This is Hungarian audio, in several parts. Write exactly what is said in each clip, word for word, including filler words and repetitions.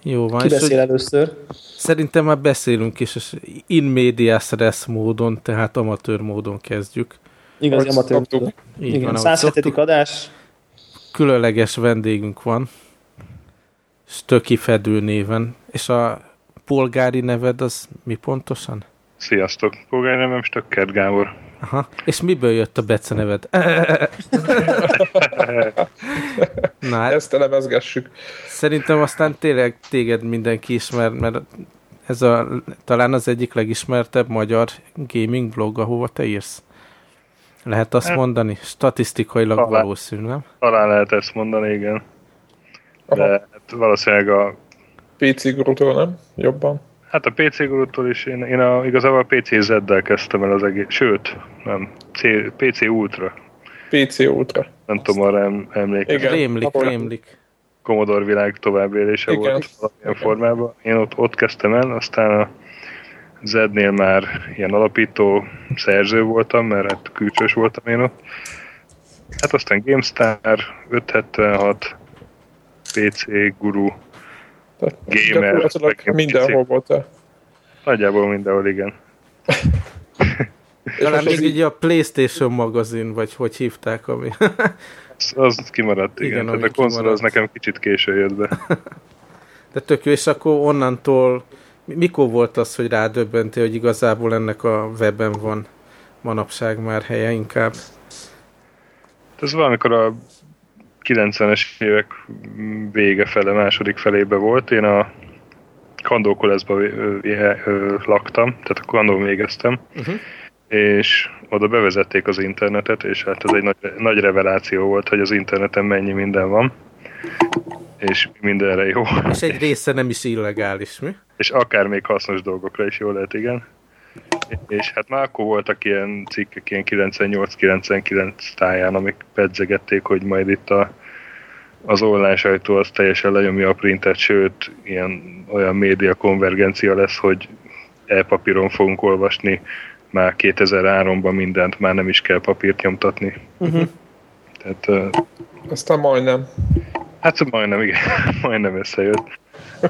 Jó van. Ki beszél először? Szerintem már beszélünk is, és in medias res módon, tehát amatőr módon kezdjük. Igazi amatőr módon. Igen, száz hetedik adás. Különleges vendégünk van, Stöki Fedő néven. És a polgári neved az mi pontosan? Sziasztok! Polgári nevem Stöckert Gábor. Aha. És miből jött a beceneved? Na, ezt elemezgessük. Szerintem aztán tényleg téged mindenki ismer, mert ez a, talán az egyik legismertebb magyar gaming blog, ahova te írsz. Lehet azt mondani? Statisztikailag talán, valószínű, nem? Talán lehet ezt mondani, igen. De hát valószínűleg a... pé cé Gurutól, nem? Jobban? Hát a pé cé Gurutól is, én, én a, igazából a pé cé zed-del kezdtem el az egész, sőt, nem, C, pé cé Ultra. pé cé Ultra. Nem tudom, arra em, emlékezni. Rémlik, rémlik. Commodore világ továbbélése igen. Volt valamilyen formában. Én ott, ott kezdtem el, aztán a zednél már ilyen alapító szerző voltam, mert hát külsős voltam én ott. Hát aztán GameStar, ötszázhetvenhat, pé cé Guru, tehát Gamer. Mindenhol voltál. Nagyjából mindenhol, igen. Talán még így a PlayStation magazin, vagy hogy hívták, ami... az, az kimaradt, igen. igen Tehát a konzol kimaradt. Az nekem kicsit késő jött be. De tök jó, és akkor onnantól... Mikor volt az, hogy rádöbbentél, hogy igazából ennek a webben van manapság már helye inkább? Ez valamikor a kilencvenes évek vége fele, második felébe volt. Én a Kandó Koleszba laktam, tehát a Kandón végeztem, uh-huh. és oda bevezették az internetet, és hát ez egy nagy, nagy reveláció volt, hogy az interneten mennyi minden van, és mindenre jó. És egy része nem is illegális, mi? És akár még hasznos dolgokra is jó lehet, igen. És hát már akkor voltak ilyen cikkek, ilyen kilencvennyolc kilencvenkilenc táján, amik pedzegették, hogy majd itt a, az online sajtó az teljesen lenyomja a printet, sőt, ilyen olyan média konvergencia lesz, hogy e-papíron fogunk olvasni már kétezer-háromban mindent, már nem is kell papírt nyomtatni. Uh-huh. Tehát, uh, aztán majdnem. Hát majdnem, igen, majdnem összejött.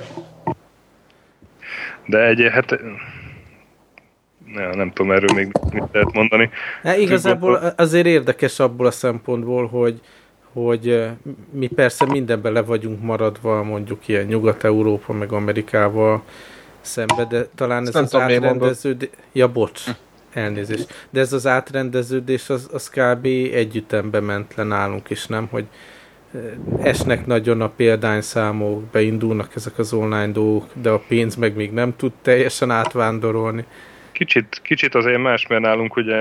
De egy, hát ja, nem tudom erről még mit lehet mondani. Hát igazából azért érdekes abból a szempontból, hogy, hogy mi persze mindenben le vagyunk maradva, mondjuk ilyen Nyugat-Európa meg Amerikával szembe, de talán ez, ez az átrendeződés... Ja, bocs, elnézést. De ez az átrendeződés, az, az kb. Együttembe ment le nálunk is, nem? Hogy esnek nagyon a példányszámok, beindulnak ezek az online dolgok, de a pénz meg még nem tud teljesen átvándorolni. Kicsit, kicsit azért más, mert nálunk ugye,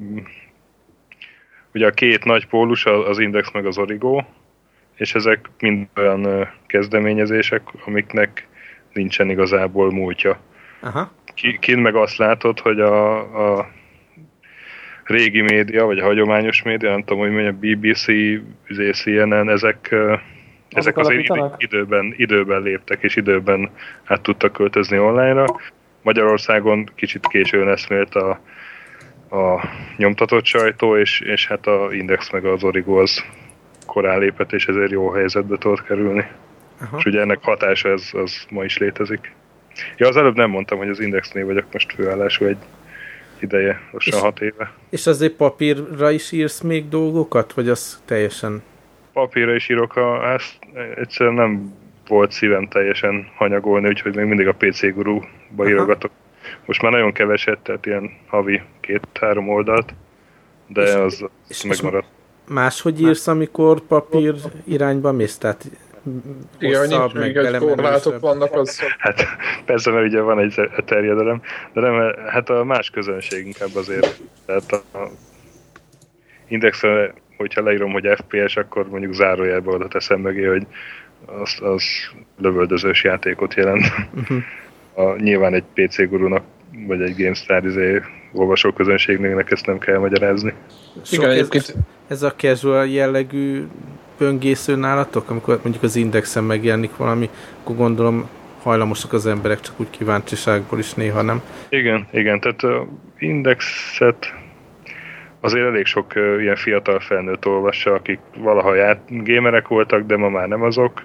ugye a két nagy pólus, az Index meg az Origo, és ezek mind olyan kezdeményezések, amiknek nincsen igazából múltja. Aha. Kint meg azt látod, hogy a, a régi média, vagy a hagyományos média, nem tudom, hogy mondja, bé bé cé, cé en en, ezek, ezek azért idő, időben, időben léptek, és időben át tudtak költözni online-ra. Magyarországon kicsit későn eszmélt a, a nyomtatott sajtó, és, és hát a Index meg az Origo az korán lépett, és ezért jó helyzetbe tudott kerülni. Aha. És ugye ennek hatása ez, az ma is létezik. Ja, az előbb nem mondtam, hogy az Indexnél vagyok most főállású egy ideje, lassan hat éve. És azért papírra is írsz még dolgokat, vagy az teljesen... Papírra is írok, a, ezt egyszerűen nem volt szívem teljesen hanyagolni, úgyhogy még mindig a pé cé Guruba írogatok. Most már nagyon keveset, tehát ilyen havi két-három oldalt, de és, az, az és megmaradt. Máshogy írsz, amikor papír irányba mész? Tehát hosszabb, meg belemenősebb. Vannak az... Hát persze, mert ugye van egy terjedelem, de nem, hát a más közönség inkább azért. Tehát a Indexre, hogyha leírom, hogy ef pé es, akkor mondjuk zárójelbe oda teszem mögé, hogy az, az lövöldözős játékot jelent. Uh-huh. A, nyilván egy pé cé Gurunak, vagy egy GameStar izé, olvasó közönségnek ezt nem kell magyarázni. Igen, ez, ez a casual jellegű böngésző nálatok, amikor mondjuk az Indexen megjelenik valami, akkor gondolom hajlamosak az emberek csak úgy kíváncsiságból is néha, nem? Igen, igen, tehát uh, Indexet azért elég sok uh, ilyen fiatal felnőtt olvassa, akik valaha ját, gamerek voltak, de ma már nem azok,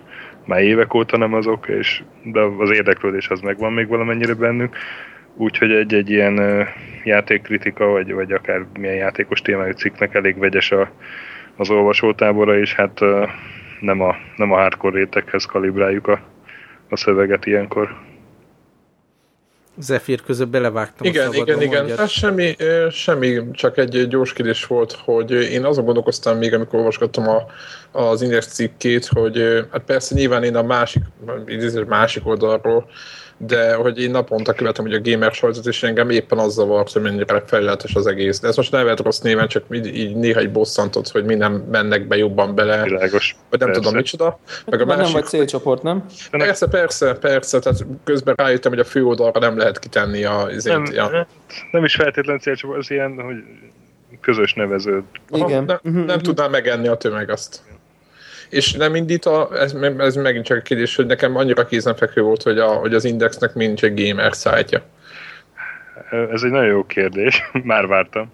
már évek óta nem azok, és, de az érdeklődés az megvan még valamennyire bennünk. Úgyhogy egy-egy ilyen uh, játékkritika, vagy, vagy akár milyen játékos témájú cikknek elég vegyes a, az olvasótábora, és hát uh, nem, a, nem a hardcore réteghez kalibráljuk a, a szöveget ilyenkor. Zephyr közben belevágtam. Igen, igen, igen. Hát semmi, semmi, csak egy gyors kérdés volt, hogy én azon gondolkoztam még, amikor olvasgattam a, az Index cikkét, hogy hát persze nyilván én a másik, másik oldalról, de hogy én naponta követem hogy a gamer sajtot, és engem éppen az zavart, hogy mennyire fejletes az egész. De ez most nem lehet rossz néven, csak így, így néha egy bosszantott, hogy mi nem mennek be jobban bele. Világos. Vagy nem persze. Tudom micsoda. Meg a másik, nem vagy célcsoport, nem? Persze, persze, persze. Tehát közben rájöttem, hogy a fő oldalra nem lehet kitenni a... Nem, ja. nem is feltétlen célcsoport, az ilyen, hogy közös nevező. Igen. Nem, nem uh-huh. tudná megenni a tömeg azt. És nem indít a, ez, ez megint csak a kérdés, hogy nekem annyira kézenfekvő volt, hogy, a, hogy az Indexnek nincs egy gamer szájtja. Ez egy nagyon jó kérdés, már vártam.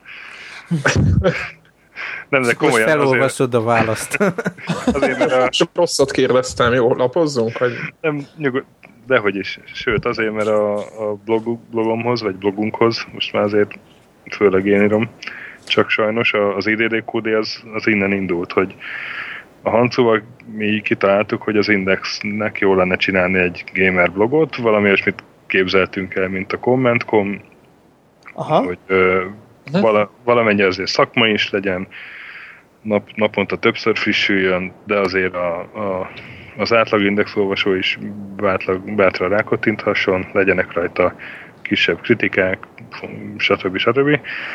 Nem, de komolyan. Most felolvasod a választ. Azért, mert a... Sok rosszat kérdeztem, jó, lapozzunk? Hogy... Nem, nyugod, dehogy is. Sőt, azért, mert a, a blog, blogomhoz, vagy blogunkhoz, most már azért főleg én írom, csak sajnos az I D D Q D az, az innen indult, hogy a Hancúval mi kitaláltuk, hogy az Indexnek jó lenne csinálni egy gamer blogot, valami olyasmit képzeltünk el, mint a Comment pont com, Aha. hogy ö, vala, valamennyi azért szakma is legyen, nap, naponta többször frissüljön, de azért a, a, az átlag Index olvasó is bátlag, bátran rákottinthasson, legyenek rajta kisebb kritikák, stb. stb.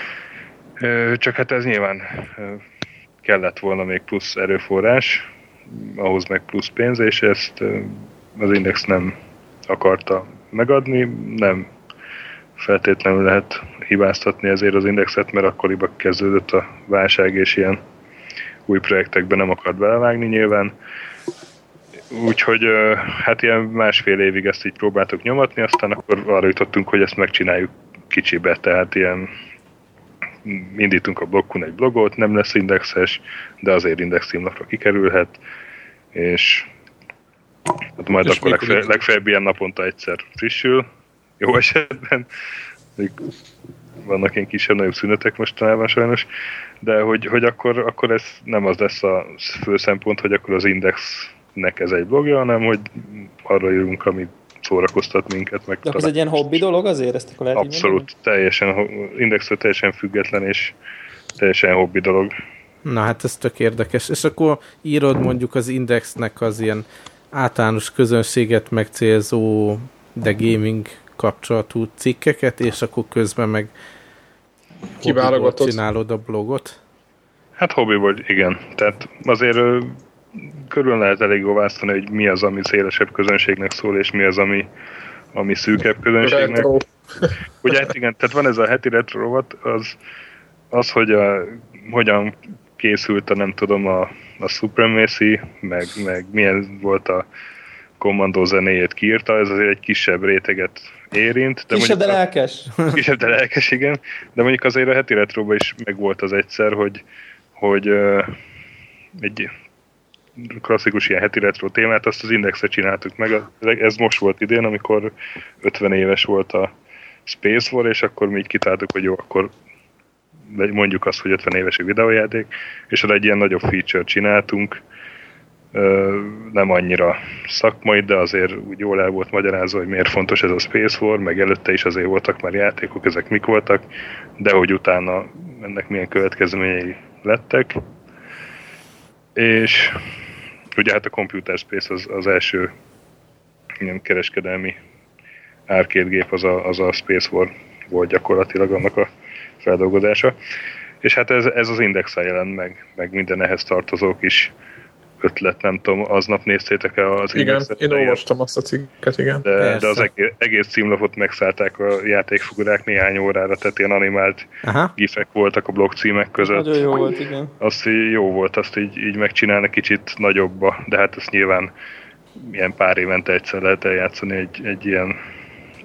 Csak hát ez nyilván kellett volna még plusz erőforrás, ahhoz meg plusz pénz, és ezt az Index nem akarta megadni, nem feltétlenül lehet hibáztatni ezért az Indexet, mert akkoriban kezdődött a válság, és ilyen új projektekben nem akart belevágni nyilván. Úgyhogy hát ilyen másfél évig ezt így próbáltuk nyomatni, aztán akkor arra jutottunk, hogy ezt megcsináljuk kicsibe, tehát ilyen indítunk a blokkon egy blogot, nem lesz indexes, de azért Index címlapra kikerülhet, és hát majd és akkor legfeljebb, legfeljebb ilyen naponta egyszer frissül, jó esetben. Vannak ilyen kisebb-nagyobb szünetek mostanában sajnos, de hogy, hogy akkor, akkor ez nem az lesz a fő szempont, hogy akkor az Indexnek ez egy blogja, hanem hogy arra írunk, amit szórakoztat minket. Meg de ez egy ilyen hobbi dolog azért? Ezt akkor lehet abszolút, teljesen, Indexről teljesen független és teljesen hobbi dolog. Na hát ez tök érdekes. És akkor írod mondjuk az Indexnek az ilyen általános közönséget megcélzó, de gaming kapcsolatú cikkeket, és akkor közben meg csinálod a blogot? Hát hobbiból, igen. Tehát azért körül lehet elég jól választani, hogy mi az, ami szélesebb közönségnek szól, és mi az, ami, ami szűkebb közönségnek. Ugye, hát igen, tehát van ez a heti retro rovat, az, az hogy a, hogyan készült a, nem tudom, a, a Supremacy, meg, meg milyen volt a Commando zenéjét kiírta, ez azért egy kisebb réteget érint. De kisebb, de lelkes. A, kisebb, de lelkes, igen. De mondjuk azért a heti retroban is megvolt az egyszer, hogy, hogy uh, egy klasszikus ilyen heti retro témát, azt az Indexre csináltuk meg. Ez most volt idén, amikor ötven éves volt a Space War, és akkor mi így kitáltuk, hogy jó, akkor mondjuk azt, hogy ötven éves egy videójáték, és oda egy ilyen nagyobb feature csináltunk, nem annyira szakmai, de azért úgy jól el volt magyarázva, hogy miért fontos ez a Space War, meg előtte is azért voltak már játékok, ezek mik voltak, de hogy utána ennek milyen következményei lettek. És ugye hát a Computer Space az, az első ilyen kereskedelmi arcade gép, az a, az a Space War volt gyakorlatilag annak a feldolgozása. És hát ez, ez az Indexen jelent meg, meg minden ehhez tartozók is ötlet, nem tudom, aznap néztétek el az igen, Indexet? Igen, én olvastam azt a cikket, igen. De, de az egész, egész címlapot megszállták a játékfigurák néhány órára, tehát ilyen animált Aha. gifek voltak a blog címek között. Nagyon jó volt, igen. Azt jó volt, azt így, így megcsinálni kicsit nagyobba, de hát ezt nyilván ilyen pár évente egyszer lehet eljátszani egy, egy ilyen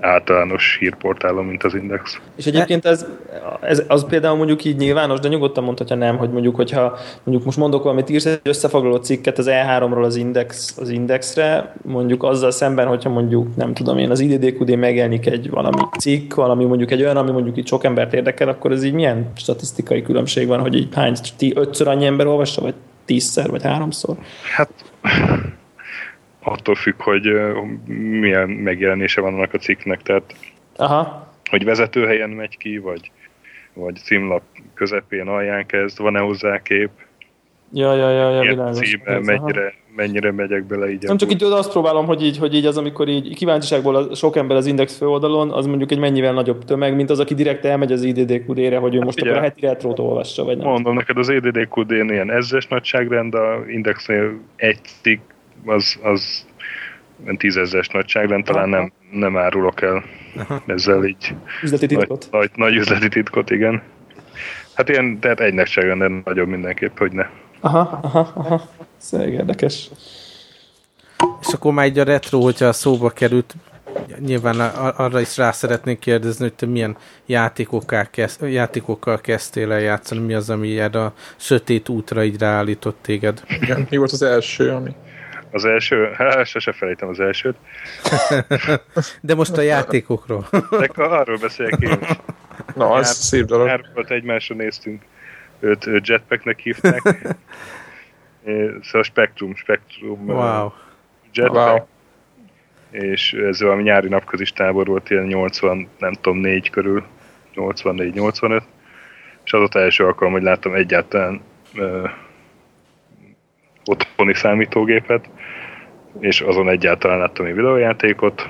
általános hírportálon, mint az Index. És egyébként ez, ez az például mondjuk így nyilvános, de nyugodtan mondhatja nem, hogy mondjuk, hogyha mondjuk most mondok valamit, írsz egy összefoglaló cikket az E háromról az, Index, az Indexre, mondjuk azzal szemben, hogyha mondjuk, nem tudom én, az I D D Q D megjelenik egy valami cikk, valami mondjuk egy olyan, ami mondjuk itt sok embert érdekel, akkor ez így milyen statisztikai különbség van, hogy így hány, ötször annyi ember olvassa, vagy tízszer, vagy háromszor? Hát attól függ, hogy milyen megjelenése van annak a cikknek, tehát aha. Hogy vezetőhelyen megy ki, vagy, vagy címlap közepén, alján kezd, van-e hozzá kép, ja, ja, ja, ja, világos. Címe, mennyire, mennyire megyek bele így. Nem csak így azt próbálom, hogy így, hogy így az, amikor így kíváncsiságból a sok ember az Index főoldalon, az mondjuk egy mennyivel nagyobb tömeg, mint az, aki direkt elmegy az I D D Q D-re, hogy ő hát most ugye, akkor a heti retrót olvassa, vagy nem. Mondom neked, az I D D Q D-n ilyen ezres nagyságrend, a Indexnél egy cikk, az, az tízezres nagyságrend, talán nem, nem árulok el aha. Ezzel így. Üzleti titkot. Nagy, nagy, nagy üzleti titkot, igen. Hát ilyen, tehát egy nagyságrend nagyobb mindenképp, hogy ne. Aha, aha, aha. Ez érdekes. És akkor már így a retro, hogyha szóba került, nyilván arra is rá szeretnék kérdezni, hogy te milyen játékokkal, kezd, játékokkal kezdtél el játszani, mi az, ami erre a sötét útra így ráállított téged? Igen, mi volt az első, ami... Az első? Hát, sose felejtem az elsőt. De most a játékokról. De arról beszéljek én is. Na, ez szép dolog. Nyár volt, egymásra néztünk. Őt, őt Jetpacknek hívták. Szóval Spectrum, Spectrum wow. Jetpack. Wow. És ez valami nyári napközis tábor volt, ilyen nyolcvan, nem tudom, négy körül, nyolcvannégy nyolcvanöt. És az ott első alkalom, hogy láttam egyáltalán uh, otthoni számítógépet, és azon egyáltalán láttam egy videójátékot.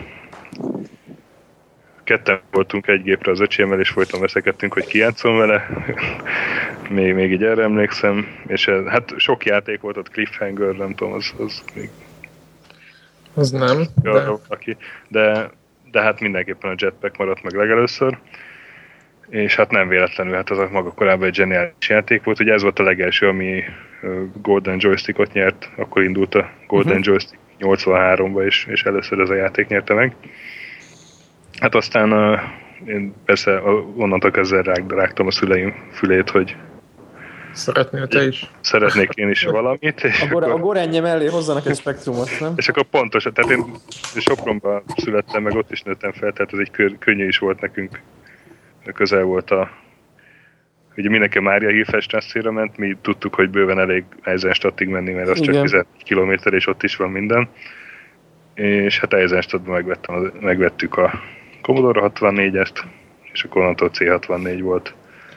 Ketten voltunk egy gépre az öcsémmel, és folyton veszekedtünk, hogy ki játszom vele. még, még így erre emlékszem. És ez, hát sok játék volt ott, Cliffhanger, nem tudom, az, az még... Az nem, de... Aki, de... De hát mindenképpen a Jetpack maradt meg legelőször. És hát nem véletlenül, hát az a maga korábban egy zseniális játék volt. Ugye ez volt a legelső, ami Golden Joystickot nyert, akkor indult a Golden uh-huh. Joystick nyolcvanháromba, és, és először ez a játék nyerte meg. Hát aztán uh, én persze uh, onnantól kezdve rág, rágtam a szüleim fülét, hogy szeretnél te is? Szeretnék én is valamit. És a, gore, akkor, a gorenje mellé hozzanak egy Spektrumot, nem? És akkor pontos, tehát én Sopronban születtem, meg ott is nőttem fel, tehát ez egy kör, könnyű is volt nekünk. Közel volt a... Ugye mindenki a Mária Hilferstrasszére ment, mi tudtuk, hogy bőven elég Eisenstadtig menni, mert az igen. Csak tizenöt kilométer, és ott is van minden. És hát Eisenstadtban megvettem, megvettük a Commodore hatvannégyest, és akkor onnantól C hatvannégy volt.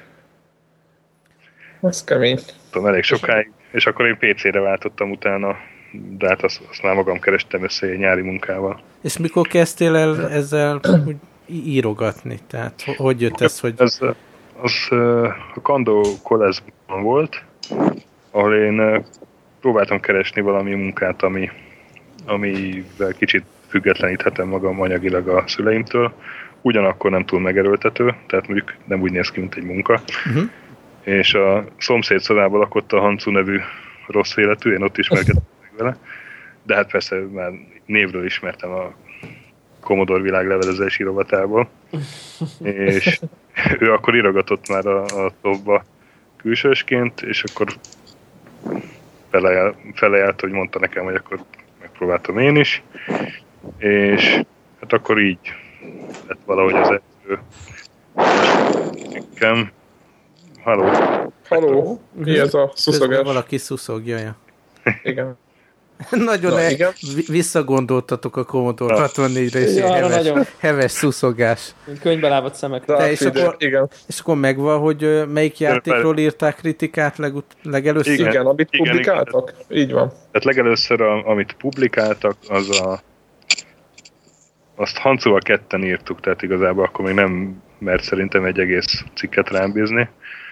Ez kemény. Tudom, elég sokáig, és akkor én pé cére váltottam utána, de hát azt, azt már magam kerestem össze egy nyári munkával. És mikor kezdtél el ezzel úgy írogatni? Tehát hogy jött ez, hogy... Ez, az a Kandó Koleszban volt, ahol én próbáltam keresni valami munkát, ami, amivel kicsit függetleníthetem magam anyagilag a szüleimtől. Ugyanakkor nem túl megerőltető, tehát mondjuk nem úgy néz ki, mint egy munka. Uh-huh. És a szomszéd szobában lakott a Hancu nevű rossz életű, én ott ismerkedtem meg vele. De hát persze már névről ismertem a Commodore világlevelezési rovatából. És ő akkor írogatott már a, a topba külsősként, és akkor felejárt, hogy mondta nekem, hogy akkor megpróbáltam én is. És hát akkor így lett valahogy az első nekem. Halló. Halló. Mi ez a szuszogás? Valaki szuszogja, ja. Igen. Nagyon Na, e- igen. visszagondoltatok a Commodore hatvannégyre, és ja, heves, nagyon. heves szuszogás. Mint könyvbe lábadt szemek. De, és, akkor, igen. és akkor megvan, hogy melyik játékról írták kritikát legut- legelőször? Igen, igen, amit igen, publikáltak. Igen. Így van. Tehát legelőször, a, amit publikáltak, az a azt Hancuval ketten írtuk, tehát igazából akkor még nem mert szerintem egy egész cikket rám bízni.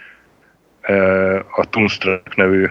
A Toonstruck nevű...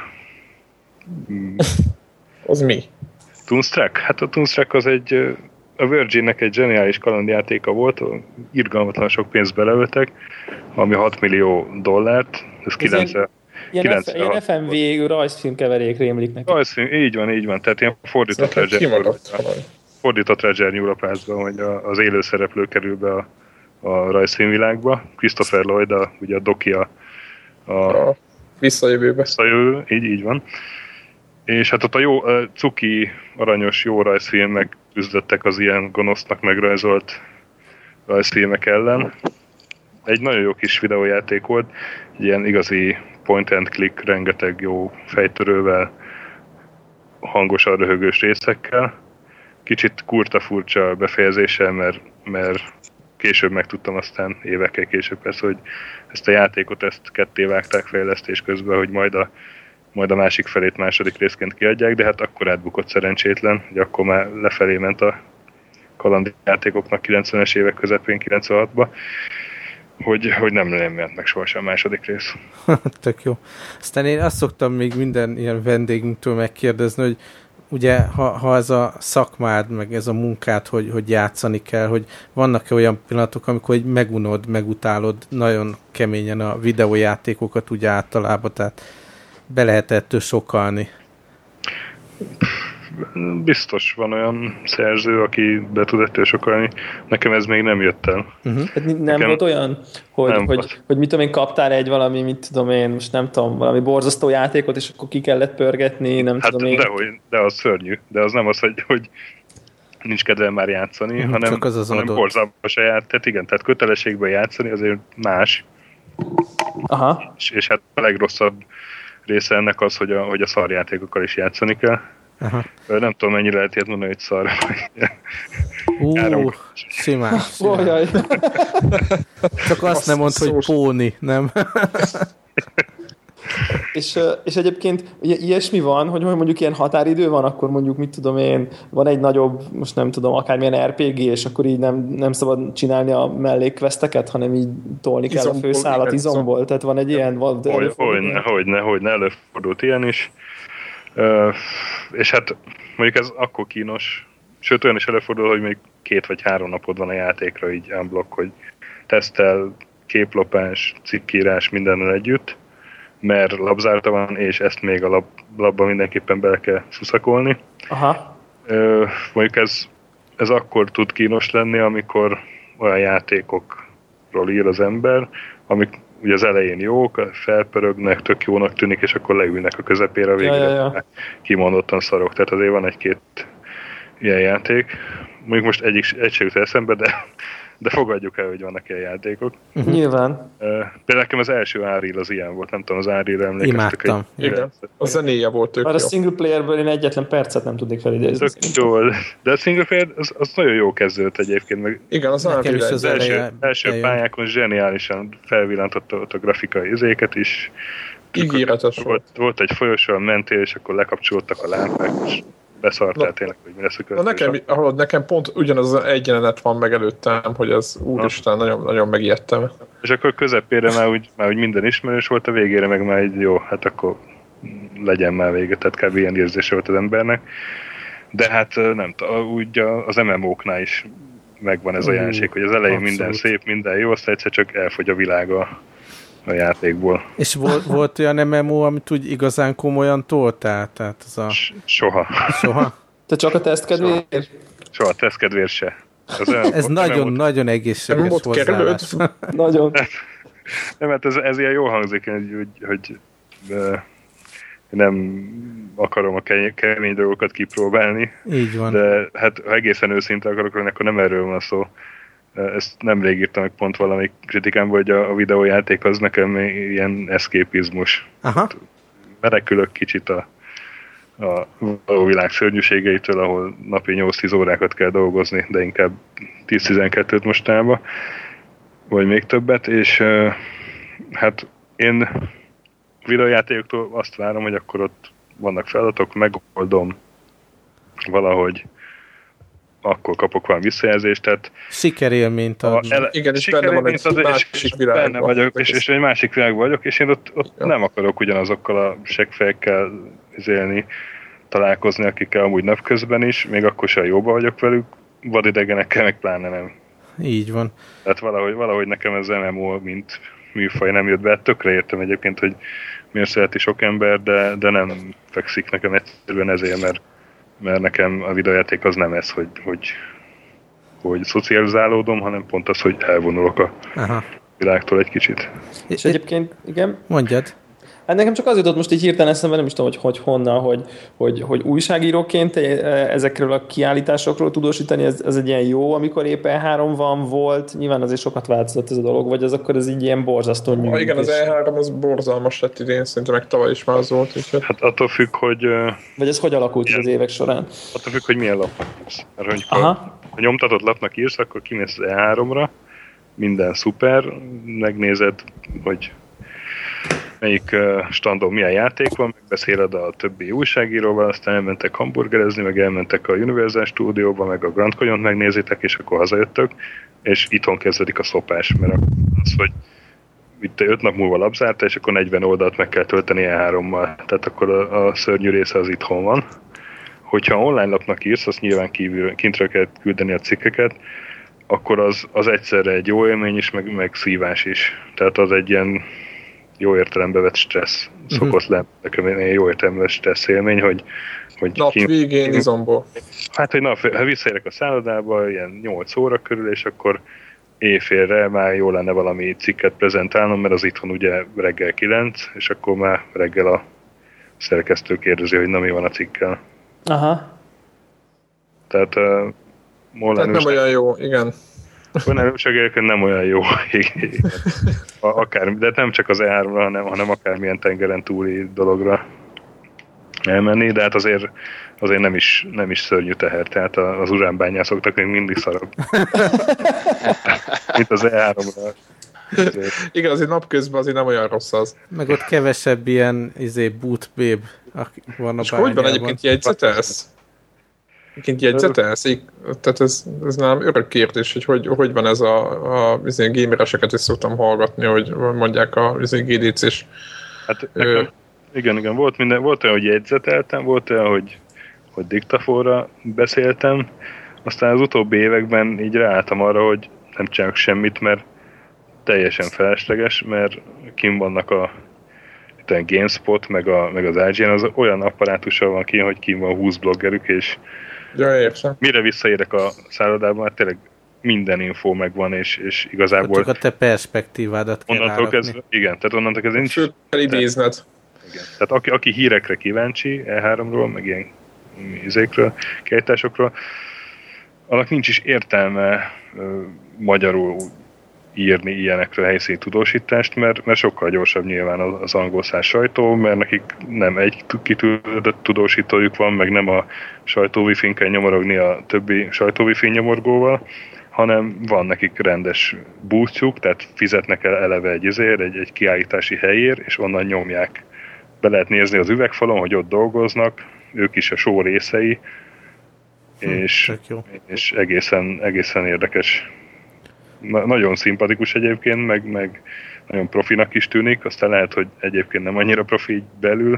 Az mi? Toonstruck? Hát a Toonstruck az egy... A Virginnek egy zseniális kalandjátéka volt, irgalmatlan sok pénzt beleöltek, ami hat millió dollárt, ez kilencven. Ilyen, ilyen ef em vé rajzfilm keverék rémlik neki. Rajzfilm, így van, így van, tehát ilyen fordított kimaradt valami. fordított Roger Newell-Pázban, hogy az élő szereplő kerül be a, a rajzfilmvilágba. Christopher Lloyd, a, ugye a Doki a, a, a visszajövőbe. Visszajövő, így, így van. És hát ott a jó, a cuki, aranyos, jó rajzfilmek küzdöttek az ilyen gonosznak megrajzolt rajzfilmek ellen. Egy nagyon jó kis videójáték volt, ilyen igazi point and click, rengeteg jó fejtörővel, hangosan röhögős részekkel. Kicsit kurta-furcsa befejezéssel, mert, mert később megtudtam aztán, évekkel később persze, hogy ezt a játékot ezt ketté vágták fejlesztés közben, hogy majd a, majd a másik felét második részként kiadják, de hát akkor átbukott szerencsétlen, hogy akkor már lefelé ment a kalandjátékoknak kilencvenes évek közepén, kilencvenhatban, hogy, hogy nem nem ment meg sohasem a második rész. Tök jó. Aztán én azt szoktam még minden ilyen vendégünktől megkérdezni, hogy ugye, ha, ha ez a szakmád, meg ez a munkád, hogy, hogy játszani kell, hogy vannak-e olyan pillanatok, amikor hogy megunod, megutálod nagyon keményen a videójátékokat úgy általában, tehát be lehet ettől sokalni. Biztos van olyan szerző, aki be tud ettől sokalni. Nekem ez még nem jött el. Uh-huh. Hát nem Nekem volt olyan, hogy, hogy, hogy, hogy mit tudom én, kaptál egy valami, mit tudom én, most nem tudom, valami borzasztó játékot, és akkor ki kellett pörgetni, nem hát tudom én. De, de az szörnyű, de az nem az, hogy, hogy nincs kedvem már játszani, uh-huh, hanem, az az hanem borzalmas a játék. Tehát igen, tehát kötelességben játszani azért más. Aha. És, és hát a legrosszabb része ennek az, hogy a, hogy a szarjátékokkal is játszani kell. Aha. Nem tudom, mennyire lehet ilyet mondani, hogy szar. Ú, simán. simán. Csak azt nem mondd, hogy póni, nem? és, és egyébként ugye ilyesmi van, hogy mondjuk ilyen határidő van, akkor mondjuk mit tudom én, van egy nagyobb, most nem tudom, akármilyen er pé gé, és akkor így nem, nem szabad csinálni a mellékquesteket, hanem így tolni kell izomból, a főszálat izomból, tehát van egy ilyen... Van, hogy, hogyne, hogyne, hogyne, előfordult ilyen is. Uh, és hát mondjuk ez akkor kínos, sőt olyan is előfordul, hogy még két vagy három napod van a játékra így unblock, hogy tesztel, képlopás, cikkírás mindennel együtt, mert labzárta van, és ezt még a lab, labba mindenképpen bele kell szuszakolni. Aha. Uh, mondjuk ez, ez akkor tud kínos lenni, amikor olyan játékokról ír az ember, amik ugye az elején jók, felpörögnek, tök jónak tűnik, és akkor leülnek a közepére, végre ja, ja, ja. kimondottan szarok. Tehát azért van egy-két ilyen játék. Mondjuk most egyik, egy se jut eszembe, de, de fogadjuk el, hogy vannak ilyen játékok. Uh-huh. Nyilván. Uh, például nekem az első Unreal az ilyen volt, nem tudom, az Unreal emlékeztek. Imádtam. Egy, igen, a zenéje volt tök jó. Már a single playerből én egyetlen percet nem tudnék felidézni. Jó, de a single player az, az nagyon jó kezdődött egyébként. Meg igen, az Unreal az, az első, első pályákon zseniálisan felvillantotta a grafikai izéket is. Ígéretes volt. Volt egy folyosón, mentél, és akkor lekapcsolódtak a lámpák, és beszartál tényleg, hogy mi lesz a következő. Nekem, ahol nekem pont ugyanaz az egy jelenet van meg előttem, hogy az úristen, nagyon, nagyon megijedtem. És akkor közepére már úgy, már úgy minden ismerős volt, a végére meg már így jó, hát akkor legyen már vége, tehát kb. Ilyen érzése volt az embernek. De hát nem tudom, úgy az em em ó-knál is megvan ez a jelenség, hogy az elején abszolút. Minden szép, minden jó, aztán egyszer csak elfogy a világa a játékból. És volt, volt olyan em em ó, amit úgy igazán komolyan toltál? Tehát az a... Soha. Soha? Te csak a tesztkedvér? Soha, Soha a tesztkedvér se. Ez nagyon-nagyon egészséges hozzáállás. Nagyon. Nem, hát ez, ez ilyen jól hangzik, hogy, hogy, hogy nem akarom a kemény dolgokat kipróbálni. Így van. De hát ha egészen őszinte akarok lenni, akkor nem erről van szó. Ezt nemrég írtam meg pont valami kritikámból, hogy a, a videójáték az nekem ilyen eszképizmus. Aha. Menekülök kicsit a, a való világ szörnyűségeitől, ahol napi nyolc-tíz órákat kell dolgozni, de inkább tíz-tizenkettőt mostában, vagy még többet, és hát én videójátékoktól azt várom, hogy akkor ott vannak feladatok, megoldom valahogy, akkor kapok valami visszajelzést, tehát... Sikerélményt ad. Ele- igen, és benne van egy másik világban. Benne vagyok, és, és egy másik világban vagyok, és én ott, ott ja. nem akarok ugyanazokkal a seggfejekkel élni, találkozni, akikkel amúgy napközben is, még akkor sem jóba vagyok velük, vadidegenekkel meg pláne nem. Így van. Tehát valahogy, valahogy nekem ez em em o, mint műfaj nem jött be, tökre értem egyébként, hogy miért szereti sok ember, de, de nem fekszik nekem egyszerűen ezért, mert mert nekem a videójáték az nem ez, hogy, hogy, hogy szocializálódom, hanem pont az, hogy elvonulok a Aha. világtól egy kicsit. És egyébként, igen? Mondjad. Hát nekem csak az jutott most így hirtelen eszembe, nem is tudom, hogy, hogy honnan, hogy, hogy, hogy újságíróként ezekről a kiállításokról tudósítani, ez, ez egy ilyen jó, amikor éppen három van, volt, nyilván azért sokat változott ez a dolog, vagy az akkor ez így ilyen borzasztó nyújt. Igen, az E három az borzalmas lett idén, szerintem meg tavaly is már az volt. Úgyhogy... Hát attól függ, hogy... Vagy ez hogy alakult ilyen, az évek során? Attól függ, hogy milyen lapnak írsz. Mert hogy ha nyomtatott lapnak írsz, akkor kimész az E háromra, minden szuper, megnézed, hogy melyik standon milyen játék van, megbeszéled a többi újságíróval, aztán elmentek hamburgerezni, meg elmentek a Universal Studióba, meg a Grand Canyon-t megnézitek, és akkor hazajöttök, és itthon kezdődik a szopás, mert az, hogy itt öt nap múlva lapzárta, és akkor negyven oldalt meg kell tölteni E hárommal, tehát akkor a, a szörnyű része az itthon van. Hogyha online lapnak írsz, azt nyilván kívül, kintről kell küldeni a cikkeket, akkor az, az egyszerre egy jó élmény is, meg, meg szívás is. Tehát az egy ilyen jó értelembe vett stressz szokott lenni, nekem egy jó értelembe vett stressz élmény, hogy... hogy nap kint, végén izomból. Hát, hogy nap, ha visszaérek a szállodába, ilyen nyolc óra körül, és akkor éjfélre már jó lenne valami cikket prezentálnom, mert az itthon ugye reggel kilenc, és akkor már reggel a szerkesztő kérdezi, hogy na mi van a cikkel. Aha. Tehát... Uh, Tehát nem olyan jó, igen. Online újságíróként nem olyan jó, akár, de nem csak az E háromra, hanem, hanem akármilyen tengeren túli dologra elmenni, de hát azért, azért nem, is, nem is szörnyű teher, tehát az uránbányászoknak még mindig szarabb. Mint az E háromra. Azért. Igen, azért napközben azért nem olyan rossz az. Meg ott kevesebb ilyen izé, boot babe van a és hogy van egyébként jegyzetelsz? Egyébként jegyzetelsz? Tehát ez, ez nálam örök kérdés, hogy hogy, hogy van ez a, a gamereseket is szoktam hallgatni, hogy mondják a gé dé cés. Hát nekem, igen, igen, volt, minden, volt olyan, hogy jegyzeteltem, volt olyan, hogy, hogy diktafonra beszéltem, aztán az utóbbi években így ráálltam arra, hogy nem csinálok semmit, mert teljesen felesleges, mert kim vannak a GameSpot, meg, a, meg az i gé en, az olyan apparátussal van ki, hogy kim van húsz bloggerük, és ja, értem. Mire visszaérek a szállodában, hát tényleg minden infó megvan, és, és igazából... Csak a te perspektívádat kell onnantól kezdve, igen, tehát onnantól kezdve nincs... Föl kell idézned. Igen, tehát aki, aki hírekre kíváncsi, E háromról, meg ilyen izékről, kiállításokról, annak nincs is értelme ö, magyarul írni ilyenekről helyszíni tudósítást, mert, mert sokkal gyorsabb nyilván az, az angolszáz sajtó, mert nekik nem egy kitűzött tudósítójuk van, meg nem a sajtó wifi-n kell nyomorogni a többi sajtó wifi nyomorgóval, hanem van nekik rendes búztjuk, tehát fizetnek el eleve egy izért, egy, egy kiállítási helyért, és onnan nyomják. Be lehet nézni az üvegfalon, hogy ott dolgoznak, ők is a show részei, hm, és, és egészen, egészen érdekes. Na, nagyon szimpatikus egyébként, meg, meg nagyon profinak is tűnik, aztán lehet, hogy egyébként nem annyira profi belül,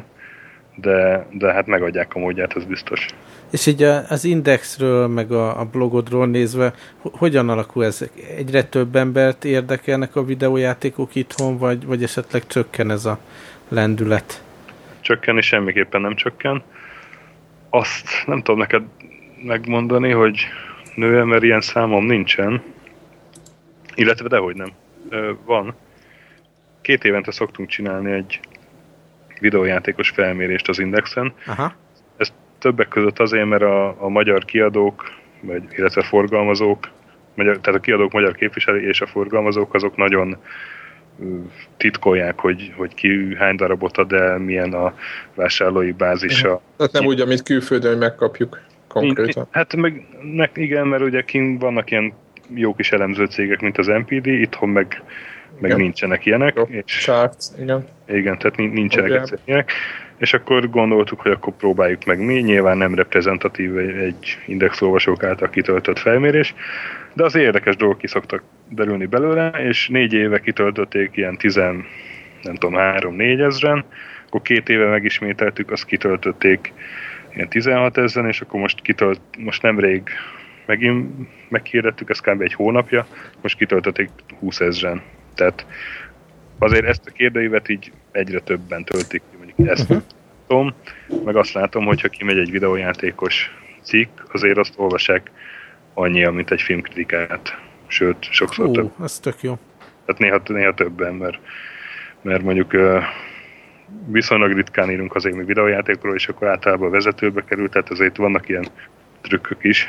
de, de hát megadják a módját, az biztos. És így az Indexről, meg a, a blogodról nézve, hogyan alakul ez? Egyre több embert érdekelnek a videójátékok itthon, vagy, vagy esetleg csökken ez a lendület? Csökken, és semmiképpen nem csökken. Azt nem tudom neked megmondani, hogy nő, mert ilyen számom nincsen. Illetve dehogy nem. Van. Két évente szoktunk csinálni egy videójátékos felmérést az Indexen. Aha. Ez többek között azért, mert a, a magyar kiadók, vagy, illetve forgalmazók, magyar, tehát a kiadók magyar képviselői és a forgalmazók azok nagyon titkolják, hogy, hogy ki hány darabot ad el, milyen a vásárlói bázisa. Tehát nem úgy, amit külföldön, hogy megkapjuk konkrétan. Hát meg ne, igen, mert ugye kint vannak ilyen jó kis elemző cégek, mint az em pé dé, itthon meg, meg nincsenek ilyenek. Jó, és, charts, igen. Igen, tehát nincsenek okay. ilyenek. És akkor gondoltuk, hogy akkor próbáljuk meg mi, nyilván nem reprezentatív egy indexolvasók által kitöltött felmérés, de az érdekes dolgok ki szoktak derülni belőle, és négy éve kitöltötték ilyen tizen, nem tudom, három-négy ezren, akkor két éve megismételtük, azt kitöltötték ilyen tizenhat ezren, és akkor most kitölt, most nemrég megint meghirdettük, ez kb. Egy hónapja, most kitöltötték húszezren. Tehát azért ezt a kérdőívet így egyre többen töltik ki, mondjuk ezt, uh-huh. látom, meg azt látom, hogyha kimegy egy videójátékos cikk, azért azt olvassák annyian, mint egy filmkritikát. Sőt, sokszor Hú, több. ez tök jó. Tehát néha, néha többen, mert, mert mondjuk viszonylag ritkán írunk azért még videójátékról, és akkor általában vezetőbe kerül, tehát azért vannak ilyen trükkök is.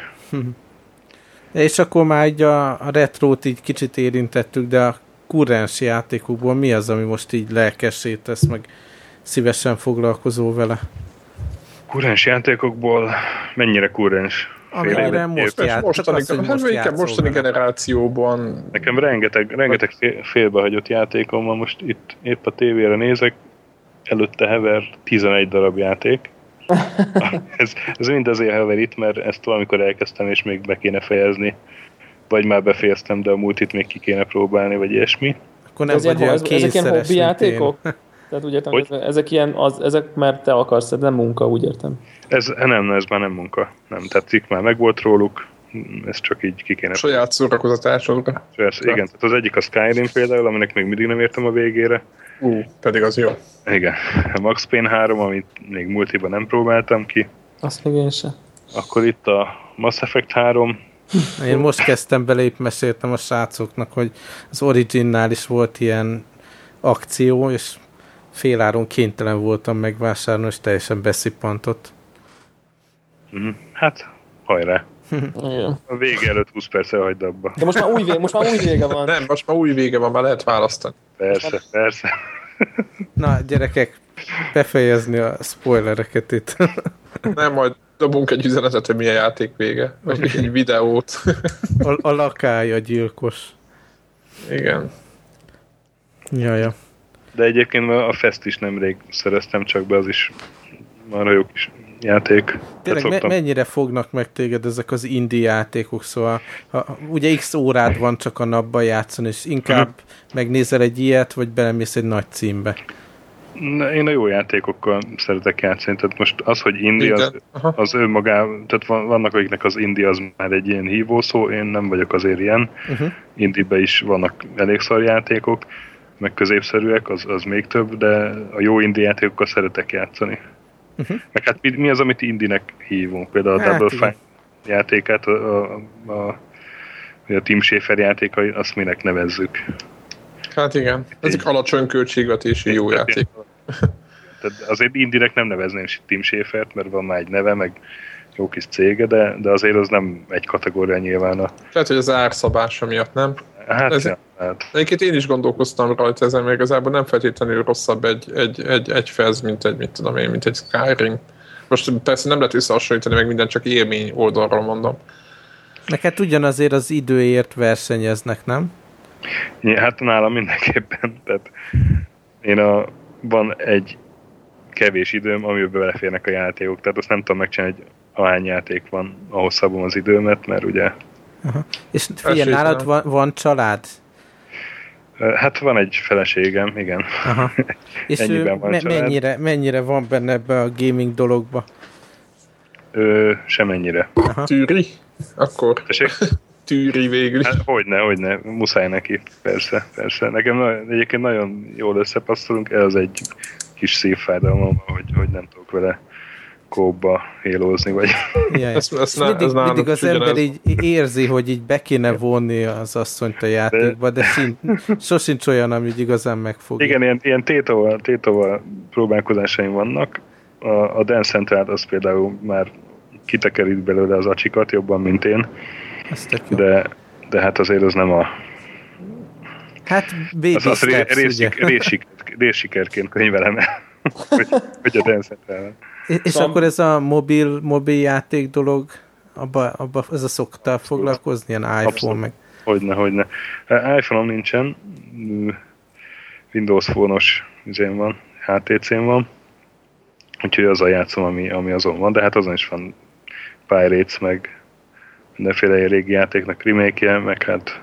És akkor már így a, a retrót így kicsit érintettük, de a kurrens játékokból mi az, ami most így lelkessé tesz, meg szívesen foglalkozol vele? Kurrens játékokból mennyire kurrens? Amire most játszol. Mostani, az, hát most inkább mostani vele. Generációban. Nekem rengeteg, rengeteg félbehagyott játékom van, most itt épp a tévére nézek, előtte hever tizenegy darab játék. ez, ez mind azért hever itt, mert ezt valamikor elkezdtem, és még be kéne fejezni. Vagy már befejeztem, de a multit még ki kéne próbálni, vagy ilyesmi. Akkor nem vagy olyan kényszeres, ezek ilyen hobbi játékok? Tehát úgy értem, ezek ilyen, az, ezek mert te akarsz, ez nem munka, úgy értem. Ez nem, ez már nem munka. Nem, tehát cikk már megvolt róluk, ez csak így ki kéne. Saját szórakozatásodra. Igen, tehát az egyik a Skyrim például, aminek még mindig nem értem a végére. Ú, uh, pedig az jó. Igen. A Max Payne három, amit még multiban nem próbáltam ki. Azt még én sem. Akkor itt a Mass Effect három. Én most kezdtem bele, épp meséltem a srácoknak, hogy az Originnál is volt ilyen akció, és féláron kénytelen voltam megvásárolni, és teljesen beszippantott. Mm, hát, hajrá. Igen. A vége előtt húsz perccel hagyd abba. De most már új vége, most már új vége van. Nem, most már új vége van, már lehet választani. Persze, már... persze. Na, gyerekek, befejezni a spoilereket itt. Nem, majd dobunk egy üzenetet, hogy milyen játék vége. Vagy egy videót. A, a lakály a gyilkos. Igen. Jaja. De egyébként a Fest is nemrég szereztem csak be, az is már jó kis játék. Tényleg me- mennyire fognak meg téged ezek az indie játékok, szóval ha, ugye x órád van csak a napban játszani, és inkább uh-huh. megnézel egy ilyet, vagy belemész egy nagy címbe? Én a jó játékokkal szeretek játszani, tehát most az, hogy indie, az, az önmagában, tehát vannak akiknek az indie az már egy ilyen hívószó, én nem vagyok azért ilyen. Uh-huh. Indie-be is vannak elég szar játékok, meg középszerűek, az, az még több, de a jó indie játékokkal szeretek játszani. Uh-huh. Meg hát mi, mi az, amit indie-nek hívunk? Például a hát Double Fine játékát, a, a, a, a Tim Schafer játékai, azt minek nevezzük? Hát igen, ezek alacsony költségvetésű jó játék. Tehát azért indie-nek nem nevezném Tim Schafert, mert van már egy neve, meg jó kis cége, de, de azért az nem egy kategória nyilván. A... Tehát, hogy az árszabása miatt, nem? Hát, Ez, ja, hát. Egyébként én is gondolkoztam rajta ezen, mert igazából nem feltétlenül rosszabb egy, egy, egy, egy fez, mint egy, mit tudom én, mint egy Skyrim. Most persze nem lehet összehasonlítani meg minden, csak élmény oldalról mondom. Neked ugyanazért az időért versenyeznek, nem? Ja, hát nálam mindenképpen. Tehát én a, van egy kevés időm, amiben beleférnek a játékok, tehát azt nem tudom megcsinálni, hogy ahány játék van, ahhoz szabom az időmet, mert ugye... Aha. És figyelj, nálad van, van család? Hát van egy feleségem, igen. Aha. És ő me- mennyire, mennyire van benne ebbe a gaming dologba? Ö, semennyire. Aha. Tűri? Akkor tűri végül is. Hát, hogyne, hogyne, muszáj neki, persze, persze. Nekem na- egyébként nagyon jól összepasszolunk, ez egy kis szívfájdalmam, hogy, hogy nem tudok vele kóba hélózni, vagy... Jaj, ezt, ezt ne, mindig, mindig az ember így érzi, hogy így be kéne vonni az asszonyt a játékba, de, de sin, sosincs olyan, ami igazán megfogja. Igen, ilyen, ilyen tétóval, tétóval próbálkozásaim vannak. A, a Dance Central az például már kitekerít belőle az acsikat jobban, mint én. De, de hát azért az nem a... Hát baby az, az steps, rész, ugye? Részsikerként könyvelem el, hogy, hogy a Dance Central. És szóval... akkor ez a mobil, mobil játék dolog, abba, abba ez a szoktál foglalkozni, ilyen iPhone abszolút. Meg? Hogyne, hogyne. iPhone-om nincsen, Windows Phone-os üzén van, há té cén van, úgyhogy azzal játszom, ami, ami azon van, de hát azon is van Pirates, meg mindenféle régi játéknak remake-je, meg hát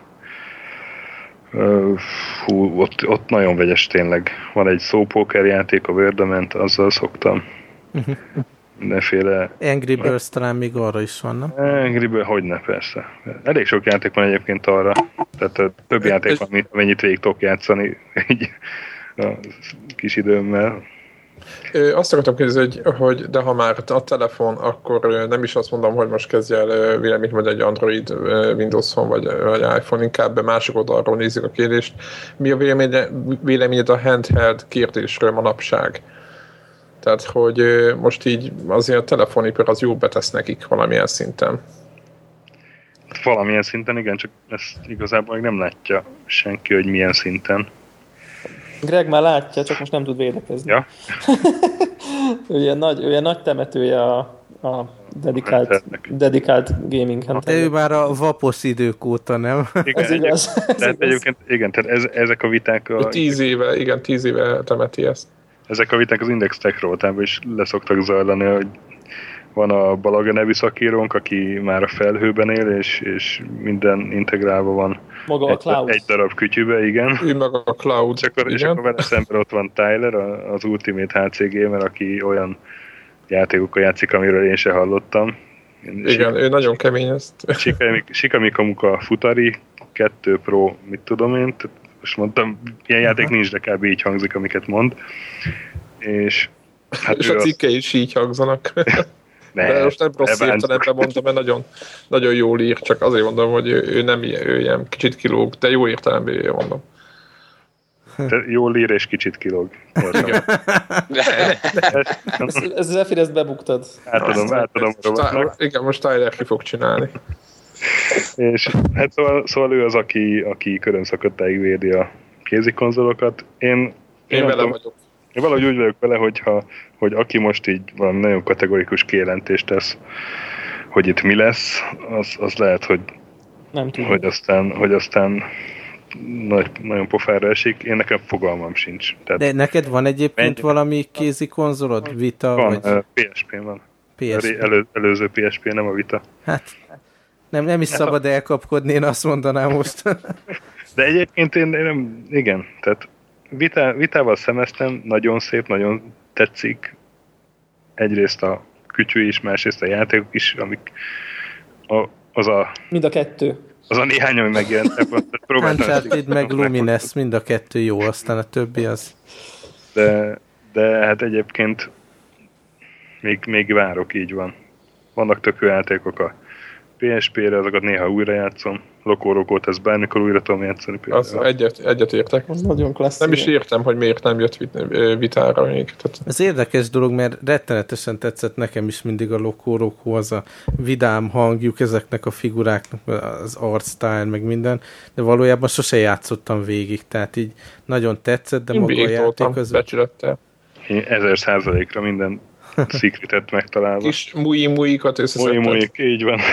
uh, hú, ott, ott nagyon vegyes tényleg. Van egy szópóker játék, a Wordament, azzal szoktam. Uh-huh. Mindenféle... Angry Birds talán még arra is van, nem? Angry Birds, hogyne, persze. Elég sok játék van egyébként arra. Tehát több játék van, mint amennyit végig tudok játszani így a kis időmmel. Ö, azt akartam kérdezni, hogy, hogy de ha már a telefon, akkor nem is azt mondom, hogy most kezdj el véleményt, vagy egy Android, Windows-on, vagy, vagy iPhone, inkább be másik oldalról nézzük a kérdést. Mi a véleményed, véleményed a handheld kérdésről manapság? Tehát, hogy most így azért a telefonipar az jó betesz nekik valamilyen szinten. Valamilyen szinten, igen, csak ezt igazából nem látja senki, hogy milyen szinten. Greg már látja, csak most nem tud védekezni. Ja. ő, ilyen nagy, ő ilyen nagy temetője a, a dedikált, dedikált gaming handheld. De ő már a vapos idők óta, nem? Igen, ez igaz. Ez tehát igaz. Egyébként, igen, tehát ez, ezek a viták... A, tíz éve, igen, tíz éve temeti ezt. Ezek a viták az Index Tech Rovatában is leszoktak zajlani, hogy van a Balaga nevű szakírónk, aki már a felhőben él, és, és minden integrálva van. Maga a cloud. Egy, egy darab kütyűbe, igen. Ő maga a cloud. És akkor, és akkor vele szemben ott van Tyler, az Ultimate há cé Gamer, aki olyan játékokkal játszik, amiről én se hallottam. Én igen, ő nagyon kemény ezt. Shikamikamuka Futari, kettő Pro, mit tudom én, most mondtam, ilyen játék uh-huh. nincs, de kb. Így hangzik, amiket mond. És, hát és a cikkei azt... is így hangzanak. Ne, de most nem rossz értelemben mondtam, mert nagyon, nagyon jól ír, csak azért mondom, hogy ő, ő nem ilyen, ő ilyen kicsit kilóg, de jó értelemben mondom. De jól ír és kicsit kilóg. Igen. Ez Zephyr, ezt bebuktad. Átadom, átadom a rovatnak. Igen, most Tyler ki fog csinálni. És hát szóval, szóval ő az, aki, aki körönszakadtáig védi a kézikonzolokat. Én, én, én vele vagyok. Én valahogy úgy vagyok vele, hogyha, hogy aki most így valami nagyon kategorikus kijelentést tesz, hogy itt mi lesz, az, az lehet, hogy, nem hogy aztán, hogy aztán nagy, nagyon pofára esik. Én nekem fogalmam sincs. Tehát de neked van egyébként mennyi... valami kézi konzolod? Vita? Van, vagy... pé es pén van. pé es pé. Elő, előző pé es pé, nem a Vita. Hát nem, nem is szabad elkapkodni, én azt mondanám most. De egyébként én, én nem, igen, tehát Vita, Vitával szemeztem, nagyon szép, nagyon tetszik. Egyrészt a kütyű is, másrészt a játékok is, amik a, az a... Mind a kettő. Az a néhány, ami megjelent. Uncharted meg Lumines, mind a kettő jó, aztán a többi az... De, de hát egyébként még, még várok, így van. Vannak tök jó játékok a pé es pére, azokat néha újra játszom. Lokó-lokót, ezt bármikor újra tudom játszani. Az egyet, egyet értek. Az nagyon klassz. Nem is értem, hogy miért nem jött Vitára még. Tehát... Ez érdekes dolog, mert rettenetesen tetszett nekem is mindig a Lokó-lokó, az a vidám hangjuk ezeknek a figuráknak, az artstyle, meg minden, de valójában sose játszottam végig, tehát így nagyon tetszett, de én maga a játék az... becsülettel. Én ezer százalékra minden secretet megtalálva. Kis mui-muikat összeszedted. Mui-muik, így van.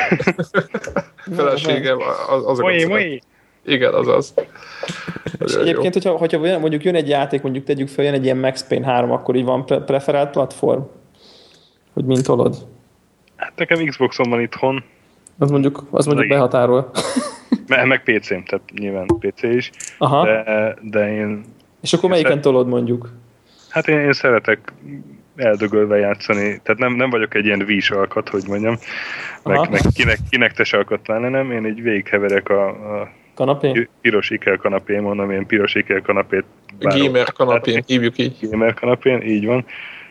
Feleségem, az, azokat mui-mui. Igen, azaz. És egyébként, hogyha, hogyha mondjuk jön egy játék, mondjuk tegyük fel, jön egy ilyen Max Payne három, akkor így van preferált platform? Hogy mint tolod? Hát nekem Xboxon van itthon. Az mondjuk, az mondjuk behatárol. Meg, meg pé cém, tehát nyilván pé cé is. Aha. De, de én... És akkor melyiken szeret... tolod mondjuk? Hát én, én szeretek eldögölve játszani, tehát nem, nem vagyok egy ilyen vís alkat, hogy mondjam, meg, meg kinek, kinek te se alkotnál, nem, én így végigheverek a, a kanapé? piros Ikea kanapén, mondom, én piros Ikea kanapét bárok. Gamer kanapén, hívjuk így. Gamer kanapén, így van.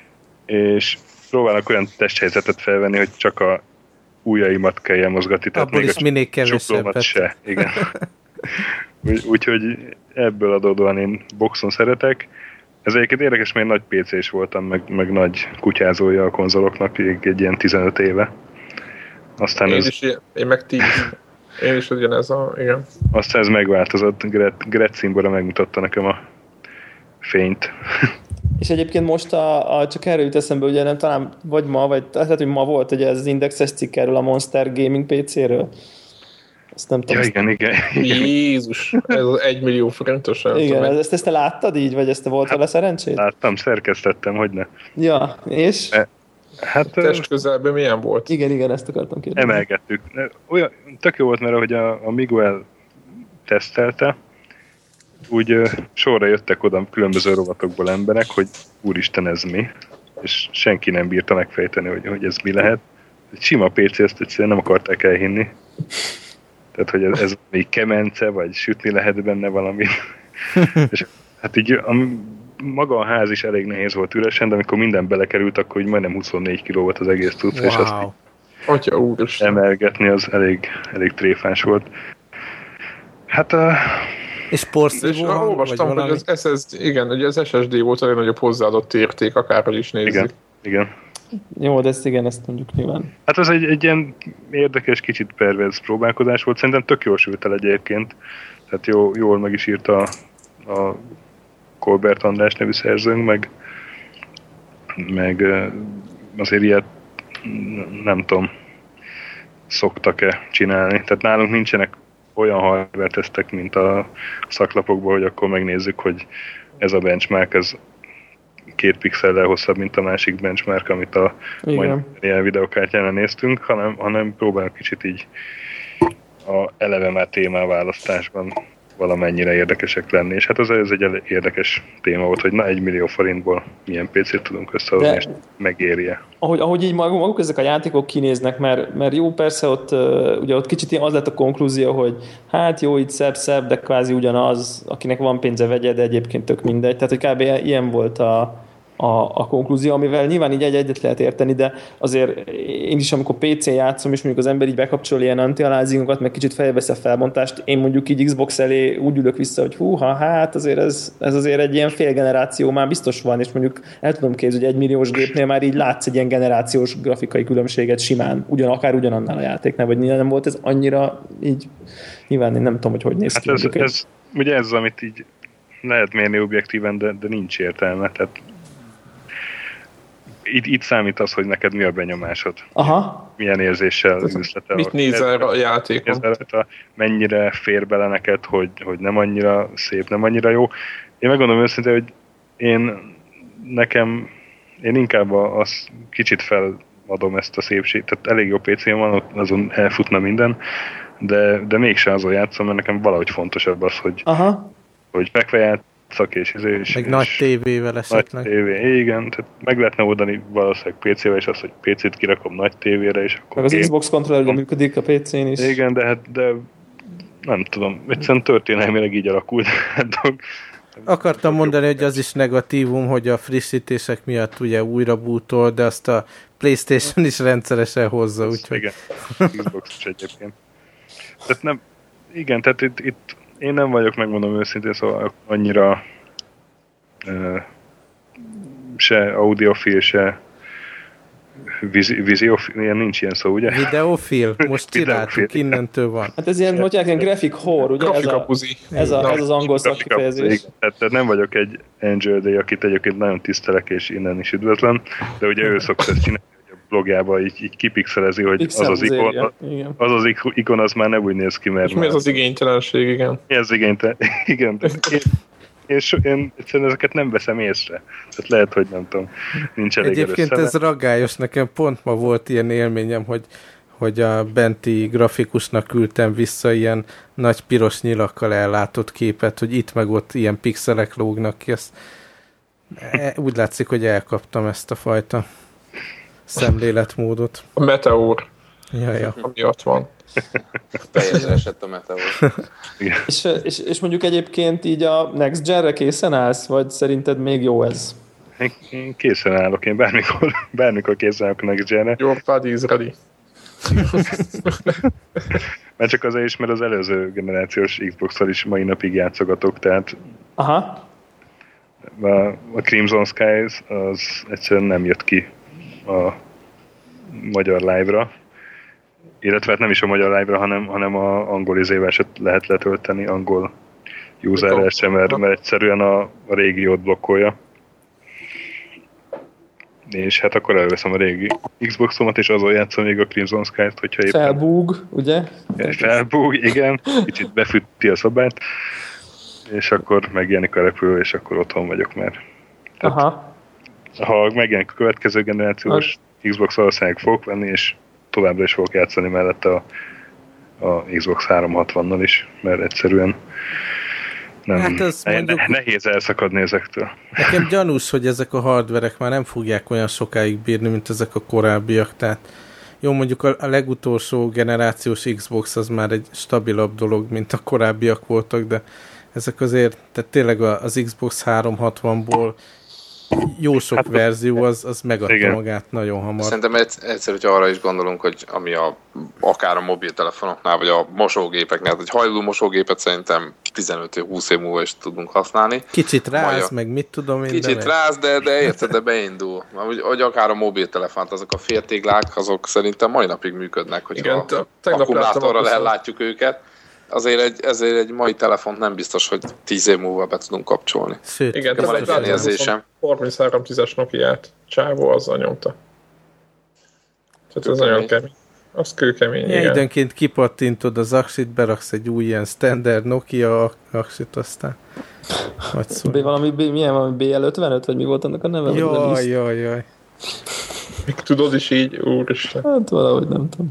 És próbálok olyan testhelyzetet felvenni, hogy csak a ujjaimat kelljen mozgatni, tehát abból még is minél kevesebbet se. Igen. Úgyhogy ebből adódóan én boxon szeretek. Ez egyébként érdekes, mert nagy pé cés voltam, meg, meg nagy kutyázója a konzoloknak, egy ilyen tizenöt éve. Aztán én ez... is, én meg tíz. Én is ugyanez a, igen. Aztán ez megváltozott, Gret, Gret Szimbora megmutatta nekem a fényt. És egyébként most a, a, csak erről jut eszembe, ugye nem talán vagy ma, vagy tehát, hogy ma volt ugye ez az indexes cikk erről a Monster Gaming pé céről. Ezt nem tudom. Ja, igen, igen, igen. Jézus, ez az egymillió forintos. Igen, tudom, ezt, ezt te láttad így, vagy ezt te volt vele hát, szerencsét? Láttam, szerkesztettem, hogyne. Ja, és? E, hát, test közelben milyen volt? Igen, igen, ezt akartam kérdezni. Emelgettük. Olyan, tök jó volt, mert ahogy a, a Miguel tesztelte, úgy uh, sorra jöttek oda különböző rovatokból emberek, hogy úristen, ez mi? És senki nem bírta megfejteni, hogy, hogy ez mi lehet. Egy sima pé cé, ezt egyszerűen nem akarták elhinni. Tehát, hogy ez, ez még kemence, vagy sütni lehet benne valamit. És hát így, am, maga a ház is elég nehéz volt üresen, de amikor minden belekerült, akkor úgy majdnem huszonnégy kiló volt az egész cucc, wow. És azt Atya úristen. emelgetni az elég, elég tréfás volt. Hát a... És porszívó és hang, olvastam, hogy az es es dé, igen, ugye az es es dé volt a legnagyobb hozzáadott érték, akárhogy is nézzük. Igen, igen. Jó, de ezt igen, ezt mondjuk nyilván. Hát ez egy, egy ilyen érdekes, kicsit perverz próbálkozás volt. Szerintem tök jól sült el egyébként. Tehát jó, jól meg is írta a, a Kolbert András nevű szerzőnk, meg, meg azért ilyet nem tudom, szoktak-e csinálni. Tehát nálunk nincsenek olyan hardware tesztek, mint a szaklapokban, hogy akkor megnézzük, hogy ez a benchmark, ez két pixellel hosszabb, mint a másik benchmark, amit a majd ilyen videokártyánál néztünk, hanem, hanem próbálunk kicsit így a eleve már témáválasztásban valamennyire érdekesek lenni. És hát az ez egy érdekes téma volt, hogy na egy millió forintból milyen pé cét tudunk összehozni, és megérje. Ahogy, ahogy így maguk, maguk ezek a játékok kinéznek, mert, mert jó, persze ott, ugye ott kicsit az lett a konklúzió, hogy hát jó, itt szebb-szebb, de kvázi ugyanaz, akinek van pénze vegye, de egyébként tök mindegy. Tehát, hogy kb. Ilyen volt a, a, a konklúzió, amivel nyilván így egy-egyet lehet érteni, de azért én is, amikor pé cén játszom, és mondjuk az ember így bekapcsol ilyen anti-aliasingokat, meg kicsit felvesz a felbontást, én mondjuk így Xbox elé úgy ülök vissza, hogy húha, hát azért ez, ez azért egy ilyen fél generáció már biztos van, és mondjuk el tudom képzelni, hogy egy milliós gépnél már így látsz egy ilyen generációs grafikai különbséget simán, ugyan, akár ugyanannál a játéknál, vagy nem volt ez annyira így, nyilván én nem tudom, hogy hogy néz hát ki. Ez, ez, ugye ez, amit így lehet mérni objektíven, de, de nincs értelme, tehát Itt, itt számít az, hogy neked mi a benyomásod. Aha. Milyen érzéssel üzletel. Mit nézel a játékon? Mennyire fér bele neked, hogy, hogy nem annyira szép, nem annyira jó. Én megmondom őszintén, hogy én nekem, én inkább az kicsit feladom ezt a szépséget. Tehát elég jó pé cém van, azon elfutna minden, de, de mégsem azon játszom, mert nekem valahogy fontosabb az, hogy, Aha. hogy fekve játszom, és, és, meg és nagy tévével esetleg. Nagy tévé, igen, tehát meg lehetne oldani valószínűleg pé cével, és az, hogy pé cét kirakom nagy tévére, és akkor... Meg az Xbox kontrollerben működik a pé cén is. Igen, de hát, de nem tudom, egyszerűen történelmileg így alakult. Akartam mondani, hogy az is negatívum, hogy a frissítések miatt ugye újra bootol, de azt a PlayStation is rendszeresen hozza, úgyhogy... Igen, Xbox is egyébként. Tehát nem, igen, tehát itt, itt én nem vagyok, megmondom őszintén, szóval annyira uh, se audiofil, se vizi, viziofil, ilyen nincs ilyen szó, ugye? Videofil, most csináltuk, innentől van. Hát ez ilyen, hogy ilyen graphic horror, ugye? Ez, a, ez, a, ez az angol szakkifejezés. Tehát nem vagyok egy Angel Day, akit egyébként nagyon tisztelek, és innen is üdvözlöm, de ugye ő szokta ezt csinálni, blogjában így, így kipixelezi, hogy az az ikon, az az ikon, az már nem úgy néz ki, mert... És mi ez az igénytelenség, igen? Mi az igénytelenség, igen. De én, én, so, én egyszerűen ezeket nem veszem észre. Tehát lehet, hogy nem tudom, nincs elég Egyébként előszeme. Ez ragályos, nekem pont ma volt ilyen élményem, hogy, hogy a benti grafikusnak küldtem vissza ilyen nagy piros nyilakkal ellátott képet, hogy itt meg ott ilyen pixelek lógnak ki. Ezt, úgy látszik, hogy elkaptam ezt a fajta szemléletmódot. A Meteor. Ja, ja. Ami ott van. Teljesen esett a Meteor. és, és, és mondjuk egyébként így a Next Gen-re készen állsz, vagy szerinted még jó ez? Én, én készen állok, én bármikor, bármikor készen állok a Next Gen-re. Your body is ready. Mert csak azért is, mert az előző generációs Xbox-tal is mai napig játszogatok, tehát Aha. A, a Crimson Skies az egyszerűen nem jött ki a magyar live-ra, illetve hát nem is a magyar live-ra, hanem, hanem a angol izével se lehet letölteni, angol userrel sem, mert, mert egyszerűen a, a régiót blokkolja. És hát akkor elveszem a régi Xbox-omat, és azon játszom még a Crimson Skies-t, hogyha éppen... Felbúg, ugye? Felbúg, igen, kicsit befűti a szobát, és akkor megjelenik a repülő, és akkor otthon vagyok már. Tehát, aha. Ha megjelenik a következő generációs hát. Xbox, valószínűleg fogok venni, és továbbra is fogok játszani mellette a, a Xbox háromszázhatvannal is, mert egyszerűen nem, hát ez ne, mondjuk, nehéz elszakadni ezektől. Nekem gyanús, hogy ezek a hardverek már nem fogják olyan sokáig bírni, mint ezek a korábbiak, tehát jó, mondjuk a, a legutolsó generációs Xbox az már egy stabilabb dolog, mint a korábbiak voltak, de ezek azért, tehát tényleg az Xbox háromszázhatvanból jó sok hát, verzió, az, az megadta igen. magát nagyon hamar. Szerintem egyszer, hogyha arra is gondolunk, hogy ami a, akár a mobiltelefonoknál, vagy a mosógépeknél, egy hajló mosógépet szerintem tizenöt-húsz év múlva is tudunk használni. Kicsit ráz, a, meg mit tudom én. Kicsit de ráz, de, de érted, de beindul. Hogy, hogy akár a mobiltelefont, azok a féltéglák, azok szerintem mai napig működnek, hogyha akkumulátorral ellátjuk őket. Azért egy, ezért egy mai telefont nem biztos, hogy tíz év múlva be tudunk kapcsolni. Szőt. Igen, van egy ilyen érzésem. harminchárom tízes Nokiát csávó azzal nyomta. Tehát ez nagyon kemény. Az kőkemény, ja, igen. Időnként kipattintod az aksit, beraksz egy új ilyen standard Nokia aksit, aztán B, valami, B, milyen valami bé el ötvenöt, vagy mi volt annak a neve? Jaj, jaj, jaj. Még tudod is így, úristen. Hát valahogy nem tudom.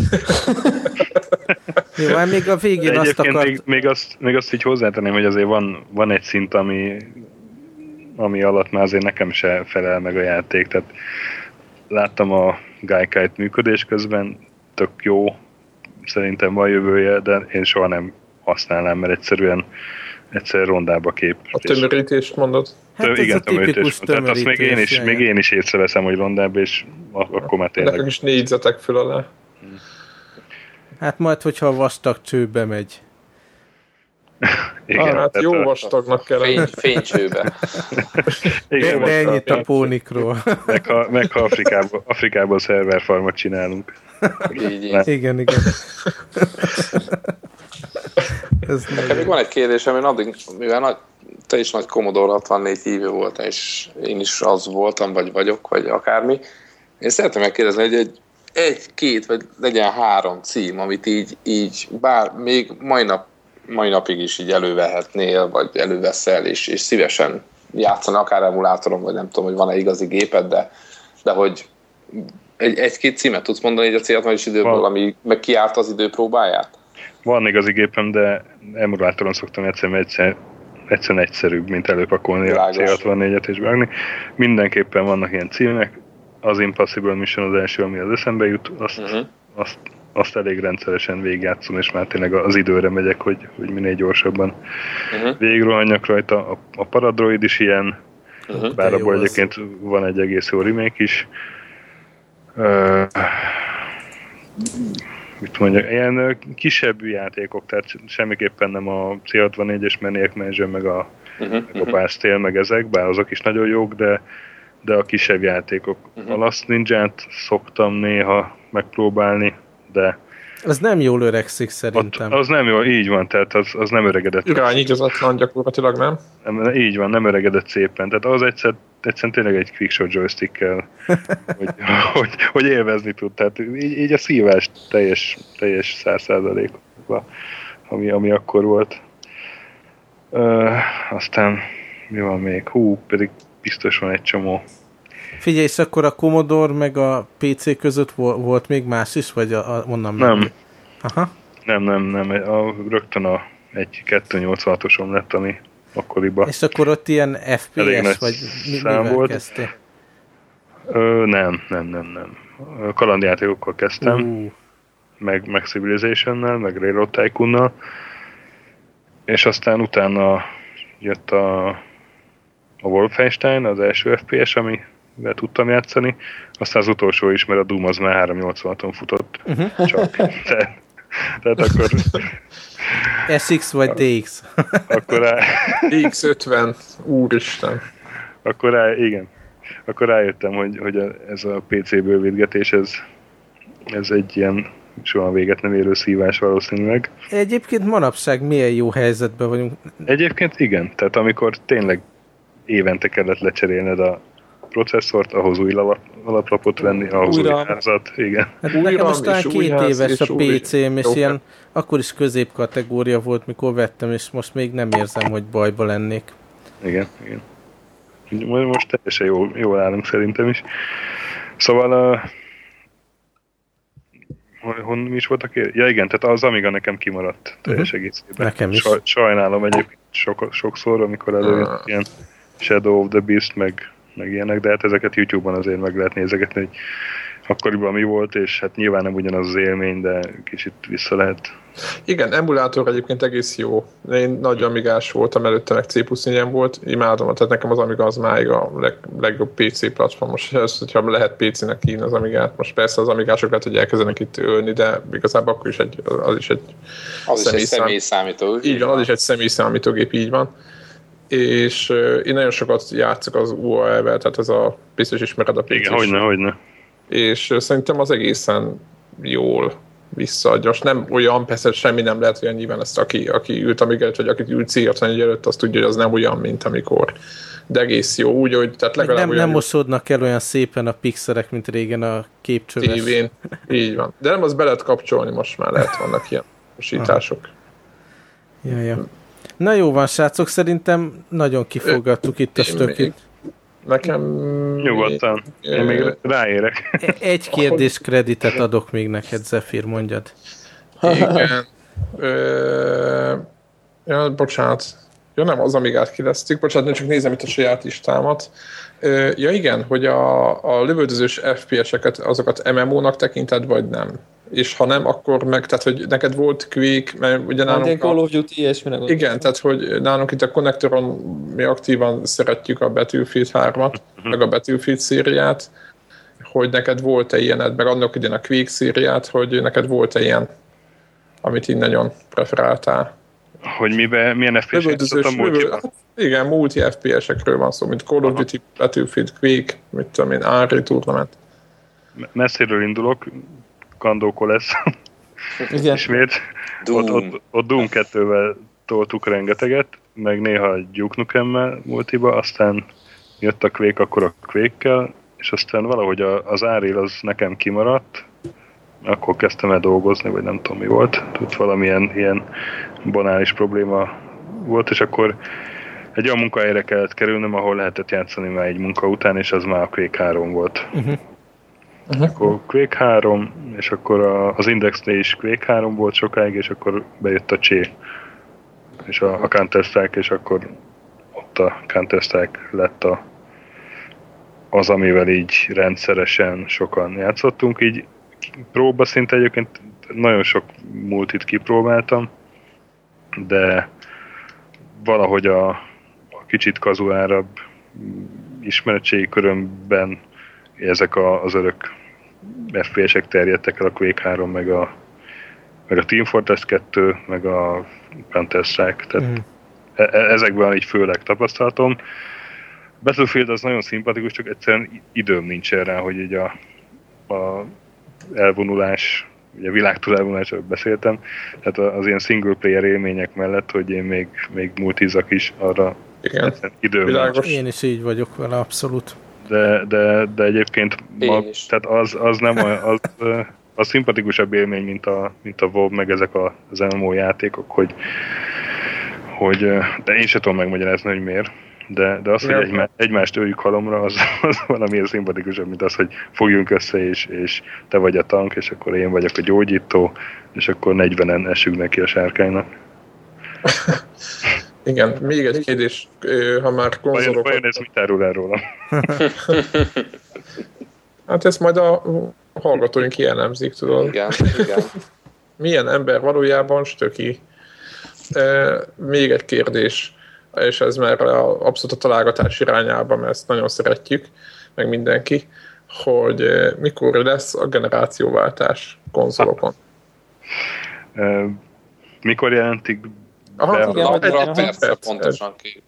Jó, hát még a végén de azt akart... Még, még, azt, még azt így hozzátenném, hogy azért van, van egy szint, ami, ami alatt már azért nekem se felel meg a játék. Tehát láttam a Gaikai-t működés közben, tök jó, szerintem van jövője, de én soha nem használnám, mert egyszerűen egyszer rondába kép. A tömörítést mondod? Hát ez igen, a tipikus tömörítés. Tehát azt még én is, még én is észreveszem, hogy rondába, és akkor már tényleg... Nekünk is négyzetek föl alá. Hát majd, hogyha a vastag csőbe megy. Igen, ah, hát jó vastagnak kell. Fény, fénycsőbe. Igen, de ennyit a pónikról. Meg ha, meg ha Afrikából, Afrikából szerverfarmot csinálunk. Így, így. Igen, igen. Nekem még van egy kérdésem, én addig, mivel nagy, te is nagy Commodore hatvannégy hívő voltál, és én is az voltam, vagy vagyok, vagy akármi. Én szeretném megkérdezni, hogy egy egy-két, vagy legyen három cím, amit így, így bár még mai, nap, mai napig is így elővehetnél, vagy előveszel, és, és szívesen játszani, akár emulátoron, vagy nem tudom, hogy van-e igazi géped, de, de hogy egy, egy-két címet tudsz mondani így a célatmanis időből, van. Ami meg kiállt az idő próbáját? Van igazi gépem, de emulátoron szoktam egyszerűen egyszer, egyszerűen egyszerűbb, mint előpakolni a cé hatvannégyet és berakni. Mindenképpen vannak ilyen címek. Az Impossible Mission az első, ami az eszembe jut, azt, uh-huh. azt, azt elég rendszeresen végigjátszom, és már tényleg az időre megyek, hogy, hogy minél gyorsabban uh-huh. végigrohanjak rajta. A, a Paradroid is ilyen, uh-huh. bár abból egyébként van egy egész jó remake is. Uh, mit mondjak, ilyen kisebb játékok, tehát semmiképpen nem a cé hatvannégyes Maniac Mansion, meg a, uh-huh. meg a Bard's Tale, meg ezek, bár azok is nagyon jók, de de a kisebb játékok. Uh-huh. A Last Ninját szoktam néha megpróbálni, de... Az nem jól öregszik szerintem. Az nem jó, így van, tehát az, az nem öregedett. Irányítozatlan gyakorlatilag, nem? nem? Így van, nem öregedett szépen. Tehát az egyszer, egyszerűen tényleg egy quickshot joystickkel, hogy, hogy, hogy élvezni tud. Tehát így, így a szívás teljes, teljes száz százalékban, ami, ami akkor volt. Uh, aztán mi van még? Hú, pedig biztos van egy csomó. Figyelj, és akkor a Commodore meg a pé cé között volt még más is, vagy a, a, onnan nem. Meg? Aha. Nem, nem, nem. A, rögtön a egy kétszáznyolcvanhatosom lett, ami akkoriban. És akkor ott ilyen ef pé es, vagy mivel volt. Kezdtél? Ö, nem, nem, nem, nem. Kalandjátékokkal kezdtem, uh. meg, meg Civilization-nel, meg Railroad Tycoon-nal, és aztán utána jött a a Wolfenstein, az első ef pé es, amivel tudtam játszani, aztán az utolsó is, mert a Doom az már háromszáznyolcvanon futott. Uh-huh. Csak. Te, tehát akkor... es iksz vagy dé iksz? Akkor rá... dé iksz ötven, úristen. Akkor rá, igen. Akkor rájöttem, hogy, hogy ez a pé cé bővítgetés, ez, ez egy ilyen soha véget nem érő szívás valószínűleg. Egyébként manapság milyen jó helyzetben vagyunk. Egyébként igen, tehát amikor tényleg évente kellett lecserélned a processzort, ahhoz új alaplapot venni, ahhoz újra. Új házat, igen. Hát nekem most talán két éves a pé cém, és jó, ilyen, akkor is középkategória volt, mikor vettem, és most még nem érzem, hogy bajba lennék. Igen, igen. Most teljesen jól, jól állunk szerintem is. Szóval uh, hon mi is voltak ér? Ja igen, tehát az Amiga nekem kimaradt teljes uh-huh. egészében. Nekem is. Sajnálom egyébként sok, sokszor, amikor előjött uh. ilyen Shadow of the Beast, meg, meg ilyenek, de hát ezeket YouTube-on azért meg lehet nézegetni, hogy akkoriban mi volt, és hát nyilván nem ugyanaz az élmény, de kicsit vissza lehet. Igen, emulátor egyébként egész jó. Én nagy Amigás voltam, előtte meg C plusz négy volt, imádom, tehát nekem az Amiga az máig a leg, legjobb pé cé platform. Most ez, hogyha lehet pé cének hívni az Amigát, most persze az Amigások lehet, hogy elkezdenek itt ölni, de igazából akkor is egy, az is egy az személy, is egy személy számítógép. Így van, az is egy személy számítógép, így van. És uh, én nagyon sokat játszok az u á el-vel, tehát ez a biztos ismered a pé cés. Igen, hogyne, hogyne. És uh, szerintem az egészen jól visszaadja. Most nem olyan, persze semmi nem lehet olyan, nyilván ezt aki, aki ült Amigát, vagy aki ült cégértani előtt, azt tudja, hogy az nem olyan, mint amikor. De egész jó, úgy, hogy tehát legalább nem, nem mosódnak el olyan szépen a pixelek, mint régen a képcsöves. Tévén. Így van. De nem, az be lehet kapcsolni, most már lehet, vannak ilyen mosítások. Ja, ja. Na jó van, srácok, szerintem nagyon kifogattuk itt a stökit. Nekem... Nyugodtan. Én még ráérek. Egy kérdés kreditet adok még neked, Zephyr, mondjad. Igen. Ö... Ja, bocsánat. Ja, nem, az Amigát kilesztük. Bocsánat, csak nézem itt a saját listámat. Ö... Ja igen, hogy a, a lövöldözős ef pé es-eket, azokat em em ó-nak tekinted, vagy nem? És ha nem, akkor meg, tehát hogy neked volt Quake, mert ugye nálunk... Call of Duty ilyesminek. Igen, tehát hogy nálunk itt a Connectoron mi aktívan szeretjük a Battlefield hármat, uh-huh. meg a Battlefield szériát, hogy neked volt-e ilyened, meg annak idén a Quake szériát, hogy neked volt-e ilyen, amit így nagyon preferáltál. Hogy miben, milyen ef pé es-ek szoktam multiban? Igen, multi ef pé es-ekről van szó, mint Call of Duty, Battlefield, Quake, mit tudom én, Unreal Tournament. Messziről indulok, Kandóko lesz. Igen. Ismét. Ott, ott, ott Doom kettővel toltuk rengeteget, meg néha Duke Nukem-mel multiba, aztán jött a Quake, akkor a Quake-kel, és aztán valahogy a, az Unreal az nekem kimaradt, akkor kezdtem el dolgozni, vagy nem tudom mi volt. Тут valamilyen ilyen banális probléma volt, és akkor egy olyan munkahelyre kellett kerülnöm, ahol lehetett játszani már egy munka után, és az már a Quake három volt. Uh-huh. Uh-huh. Akkor Quake három, és akkor a, az Indexnél is Quake három volt sokáig, és akkor bejött a Csé, és a, a Counter-Strike, és akkor ott a Counter-Strike lett a, az, amivel így rendszeresen sokan játszottunk. Így próba szinte egyébként nagyon sok multit kipróbáltam, de valahogy a, a kicsit kazuárabb ismeretségi körömben ezek a, az örök ef pé es-ek terjedtek el, a Quake három, meg a, meg a Team Fortress kettő, meg a Counter-Strike, tehát mm. e- ezekben így főleg tapasztalatom. Battlefield az nagyon szimpatikus, csak egyszerűen időm nincsen rá, hogy így a, a elvonulás, ugye a világtól elvonulásról beszéltem, tehát az ilyen single player élmények mellett, hogy én még, még multizak is, arra időm nincs. Én is így vagyok vele, abszolút. De, de, de egyébként ma, tehát az, az nem a, az, az szimpatikusabb élmény, mint a, mint a WoW, meg ezek az em em o játékok, hogy, hogy de én sem tudom megmagyarázni, hogy miért. De, de az, hogy egymá, egymást öljük halomra, az, az valamiért szimpatikusabb, mint az, hogy fogjunk össze, és, és te vagy a tank, és akkor én vagyok a gyógyító, és akkor negyvenen esünk neki a sárkánynak. Igen, még egy kérdés, ha már konzolokat... Vajon ez mit árul el rólam? Hát ezt majd a hallgatóink kielemzik, tudod. Igen, igen. Milyen ember valójában Stöki? Még egy kérdés, és ez már abszolút a találgatás irányába, mert ezt nagyon szeretjük, meg mindenki, hogy mikor lesz a generációváltás konzolokon? Mikor jelentik Aha, igen, napra persze pontosan ki.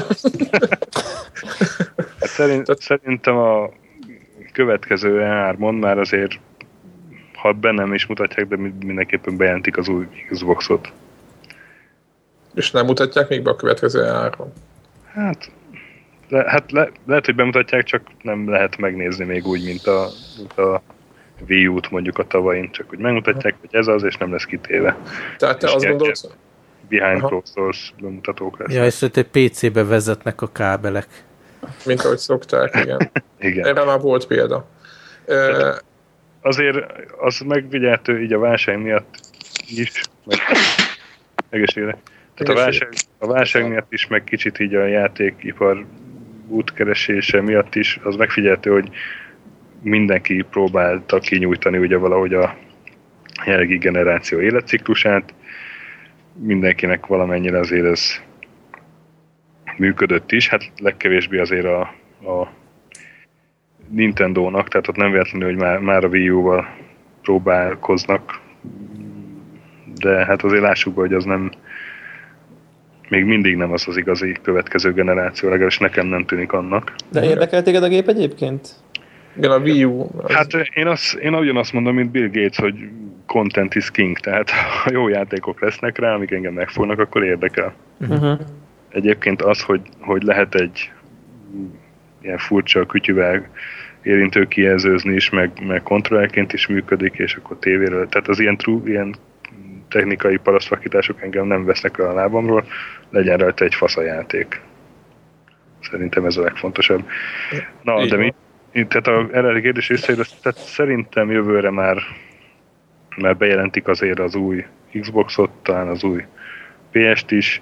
Szerint, szerintem a következő E három-on már azért, ha bennem is mutatják, de mindenképpen bejelentik az új Xboxot. És nem mutatják még be a következő E három? Hát, le, hát le, lehet, hogy bemutatják, csak nem lehet megnézni még úgy, mint a, mint a Wii U-t mondjuk a tavain, csak hogy megmutatják, hogy ez az, és nem lesz kitéve. Tehát te és azt gondolod? Behind closed doors bemutatók lesz. Ja, és hogy egy pé cébe vezetnek a kábelek. Mint ahogy szokták, igen. Igen. Erre már volt példa. E... Azért az megvigyeltő így a válság miatt is, meg egészségre. Tehát a válság, a válság miatt is, meg kicsit így a játékipar útkeresése miatt is, az megfigyeltő, hogy mindenki próbálta kinyújtani ugye valahogy a jelenlegi generáció életciklusát, mindenkinek valamennyire azért ez működött is, hát legkevésbé azért a, a Nintendónak, tehát ott nem véletlenül, hogy már, már a Wii U-val próbálkoznak, de hát azért lássuk be, hogy az nem, még mindig nem az az igazi következő generáció, legalábbis nekem nem tűnik annak. De érdekel téged a gép egyébként? Igen, a Wii U. Az... Hát én, azt, én ugyanazt mondom, mint Bill Gates, hogy content is king, tehát ha jó játékok lesznek rá, amik engem megfognak, akkor érdekel. Uh-huh. Egyébként az, hogy, hogy lehet egy ilyen furcsa kütyüvel érintőkijelzőzni is, meg, meg kontrollerként is működik, és akkor tévéről, tehát az ilyen, true, ilyen technikai parasztvakítások engem nem vesznek el a lábamról, legyen rajta egy fasz a játék. Szerintem ez a legfontosabb. Na, így de mi, tehát a eredeti kérdés visszaérő, tehát szerintem jövőre már, már bejelentik azért az új Xboxot, talán az új pé est is.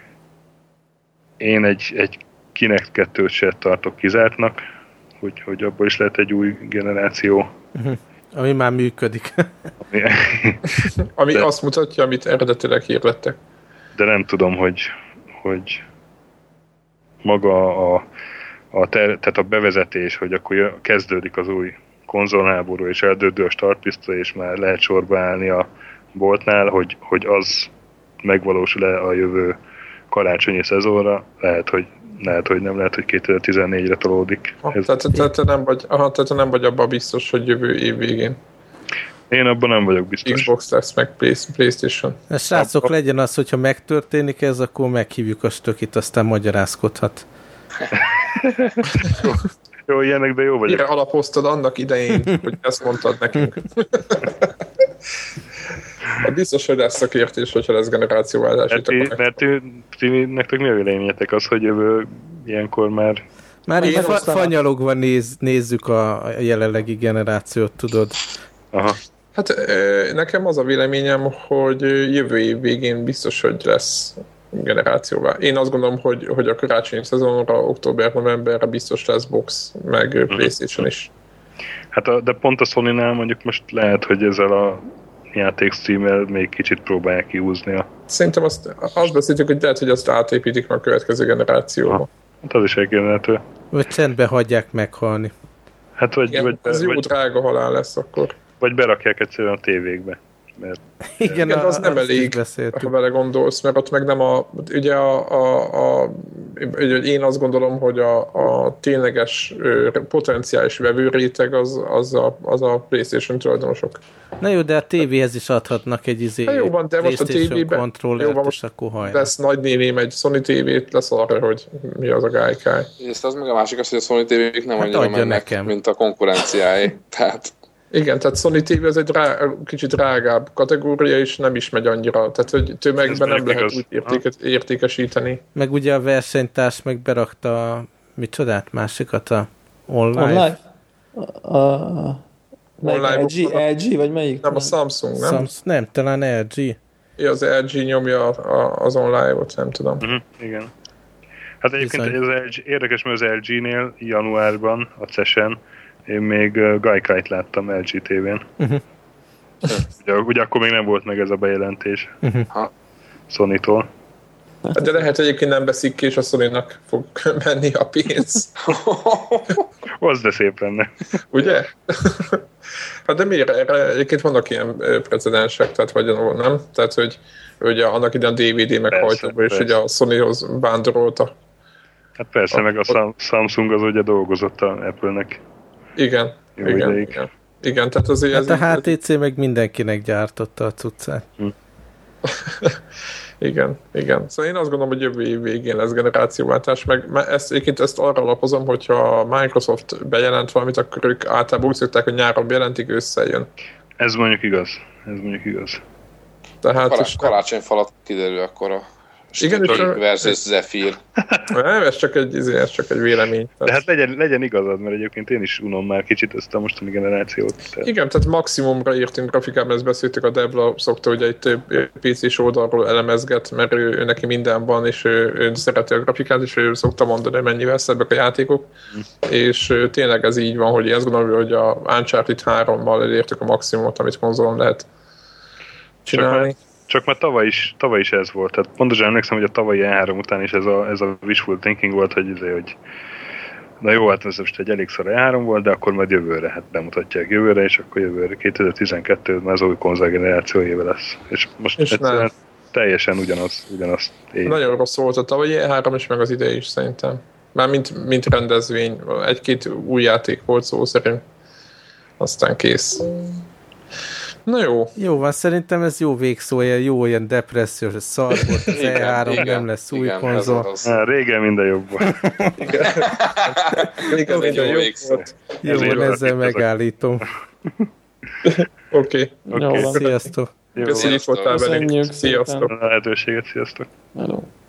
Én egy, egy Kinect kettőt se tartok kizártnak, hogy, hogy abból is lehet egy új generáció. Uh-huh. Ami már működik. Ami, Ami de, azt mutatja, amit eredetileg hirdettek. De nem tudom, hogy, hogy maga a, a, ter, tehát a bevezetés, hogy akkor kezdődik az új konzolháború, és eldődő a startpisztoly, és már lehet sorba állni a boltnál, hogy, hogy az megvalósul-e a jövő karácsonyi szezonra, lehet, hogy lehet, hogy nem, lehet, hogy kétezer-tizennégyre tolódik. Ah, tehát, tehát, te nem vagy, aha, tehát nem vagy abban biztos, hogy jövő év végén. Én abban nem vagyok biztos. Xbox lesz, meg PlayStation. Na, srácok, abba... legyen az, hogyha megtörténik ez, akkor meghívjuk a Stökit, aztán magyarázkodhat. jó, jó, ilyenek, de jó vagyok. Mire alapoztad annak idején, hogy ezt mondtad nekünk? Biztos, hogy lesz a kérdés, hogyha lesz generációváltás. Mert, ti, mert ti, ti, nektek mi a véleményetek az, hogy jövő ilyenkor már... Már így fa- fanyalogva néz, nézzük a jelenlegi generációt, tudod. Aha. Hát nekem az a véleményem, hogy jövő év végén biztos, hogy lesz generációvá. Én azt gondolom, hogy, hogy a karácsonyi szezonra, október-novemberre biztos lesz box, meg PlayStation is. Hát a, de pont a Sony-nál mondjuk most lehet, hogy ezzel a játék streammel még kicsit próbálják kihúzni a... Szerintem azt, azt beszéltük, hogy lehet, hogy azt átépítik meg a következő generációba. Ha, hát az is elképzelhető. Vagy csendbe hagyják meghalni. Hát vagy... Igen, vagy ez jó vagy, drága halál lesz akkor. Vagy berakják egyszerűen a tévékbe. Mert igen, igen, az nem elég, ha vele gondolsz, mert ott meg nem a... Ugye a... a, a ugye én azt gondolom, hogy a, a tényleges potenciális vevőréteg az, az, a, az a PlayStation tulajdonosok. Na jó, de a tévéhez is adhatnak egy izé jó van, de most a tévében kontrollert, jó, és akkor hajrá. Lesz nagynéném egy Sony tévét, lesz arra, hogy mi az a gálykály. És az meg a másik az, hogy a Sony tévék nem hát annyira mennek, nekem. Mint a konkurenciái. Tehát... Igen, tehát Sony té vé az egy drá, kicsit drágább kategória, és nem is megy annyira. Tehát, hogy tömegben nem lehet úgy értéke, értékesíteni. Meg ugye a versenytárs meg berakta a, micsodát, másikat a online. Online? A, a, online el gé, el gé, vagy melyik? Nem, a Samsung, nem? Samsung, nem, talán el gé. Ja, az el gé nyomja az online-ot, nem tudom. Uh-huh, igen. Hát egyébként az el gé, érdekes, mert az el génél januárban, a cé e es-en én még uh, Gaikai-t láttam el gé tévén. Uh-huh. ugye, ugye akkor még nem volt meg ez a bejelentés uh-huh. Sony-tól. De lehet egyébként nem veszik ki, és a Sony-nak fog menni a pénz. Az de szép lenne. Ugye? Hát de miért? Erre egyébként vannak ilyen precedensek, tehát vagy nem? Tehát, hogy ugye annak idején a dé vé dé meghajtóba, és ugye a Sonyhoz vándorolta. Hát persze, a, meg a Sam- Samsung az ugye dolgozott a Apple-nek. Igen, igen, igen. Igen, tehát azért hát ez... a há té cé meg mindenkinek gyártotta a cuccát. Hm. igen, igen. Szóval én azt gondolom, hogy jövő év végén lesz generációváltás, meg ezt, egyébként ezt arra alapozom, hogyha a Microsoft bejelent valamit, akkor ők általában úgy szokták, hogy nyáron bejelentik, összejön. Ez mondjuk igaz. Ez mondjuk igaz. Tehát Kalá- karácsonyfalat kiderül akkor a Stupid versus Zephyr. Nem, ez csak egy, ez csak egy vélemény. De hát legyen, legyen igazad, mert egyébként én is unom már kicsit ezt a mostani generációt. Tehát. Igen, tehát maximumra értünk grafikában, ezt beszéltük, a Debla szokta, hogy egy több pé cés oldalról elemezget, mert ő, ő neki minden van, és ő, ő szereti a grafikát, és ő szokta mondani, hogy mennyivel szebbek a játékok. Hm. És tényleg ez így van, hogy én azt gondolom, hogy a Uncharted hárommal elértük a maximumot, amit konzolon lehet csinálni. Csak Csak már tavaly is, tavaly is ez volt. Tehát pontosan emlékszem, hogy a tavalyi E három után is ez a, ez a wishful thinking volt, hogy, izé, hogy na jó, hát ez most egy elég szar E három volt, de akkor majd jövőre, hát bemutatják jövőre, és akkor jövőre kétezer-tizenkettő már az új konzol generációjével lesz. És most és egyszerűen teljesen ugyanaz, ugyanaz év. Nagyon rossz volt a tavalyi E három is, meg az idei is szerintem. Már mint, mint rendezvény, egy-két új játék volt szó szerint. Aztán kész. Na jó. Jó van, szerintem ez jó végszó, jó ilyen depressziós, szar volt az E három, igen, nem lesz új igen, konzol. Há, régen minden jobb volt. Régen minden jó jobb volt. Jó van, ezzel megállítom. Oké. Okay. Okay. Sziasztok. Köszönjük, hogy voltál velünk. Sziasztok. A lehetőséget, sziasztok. Hello.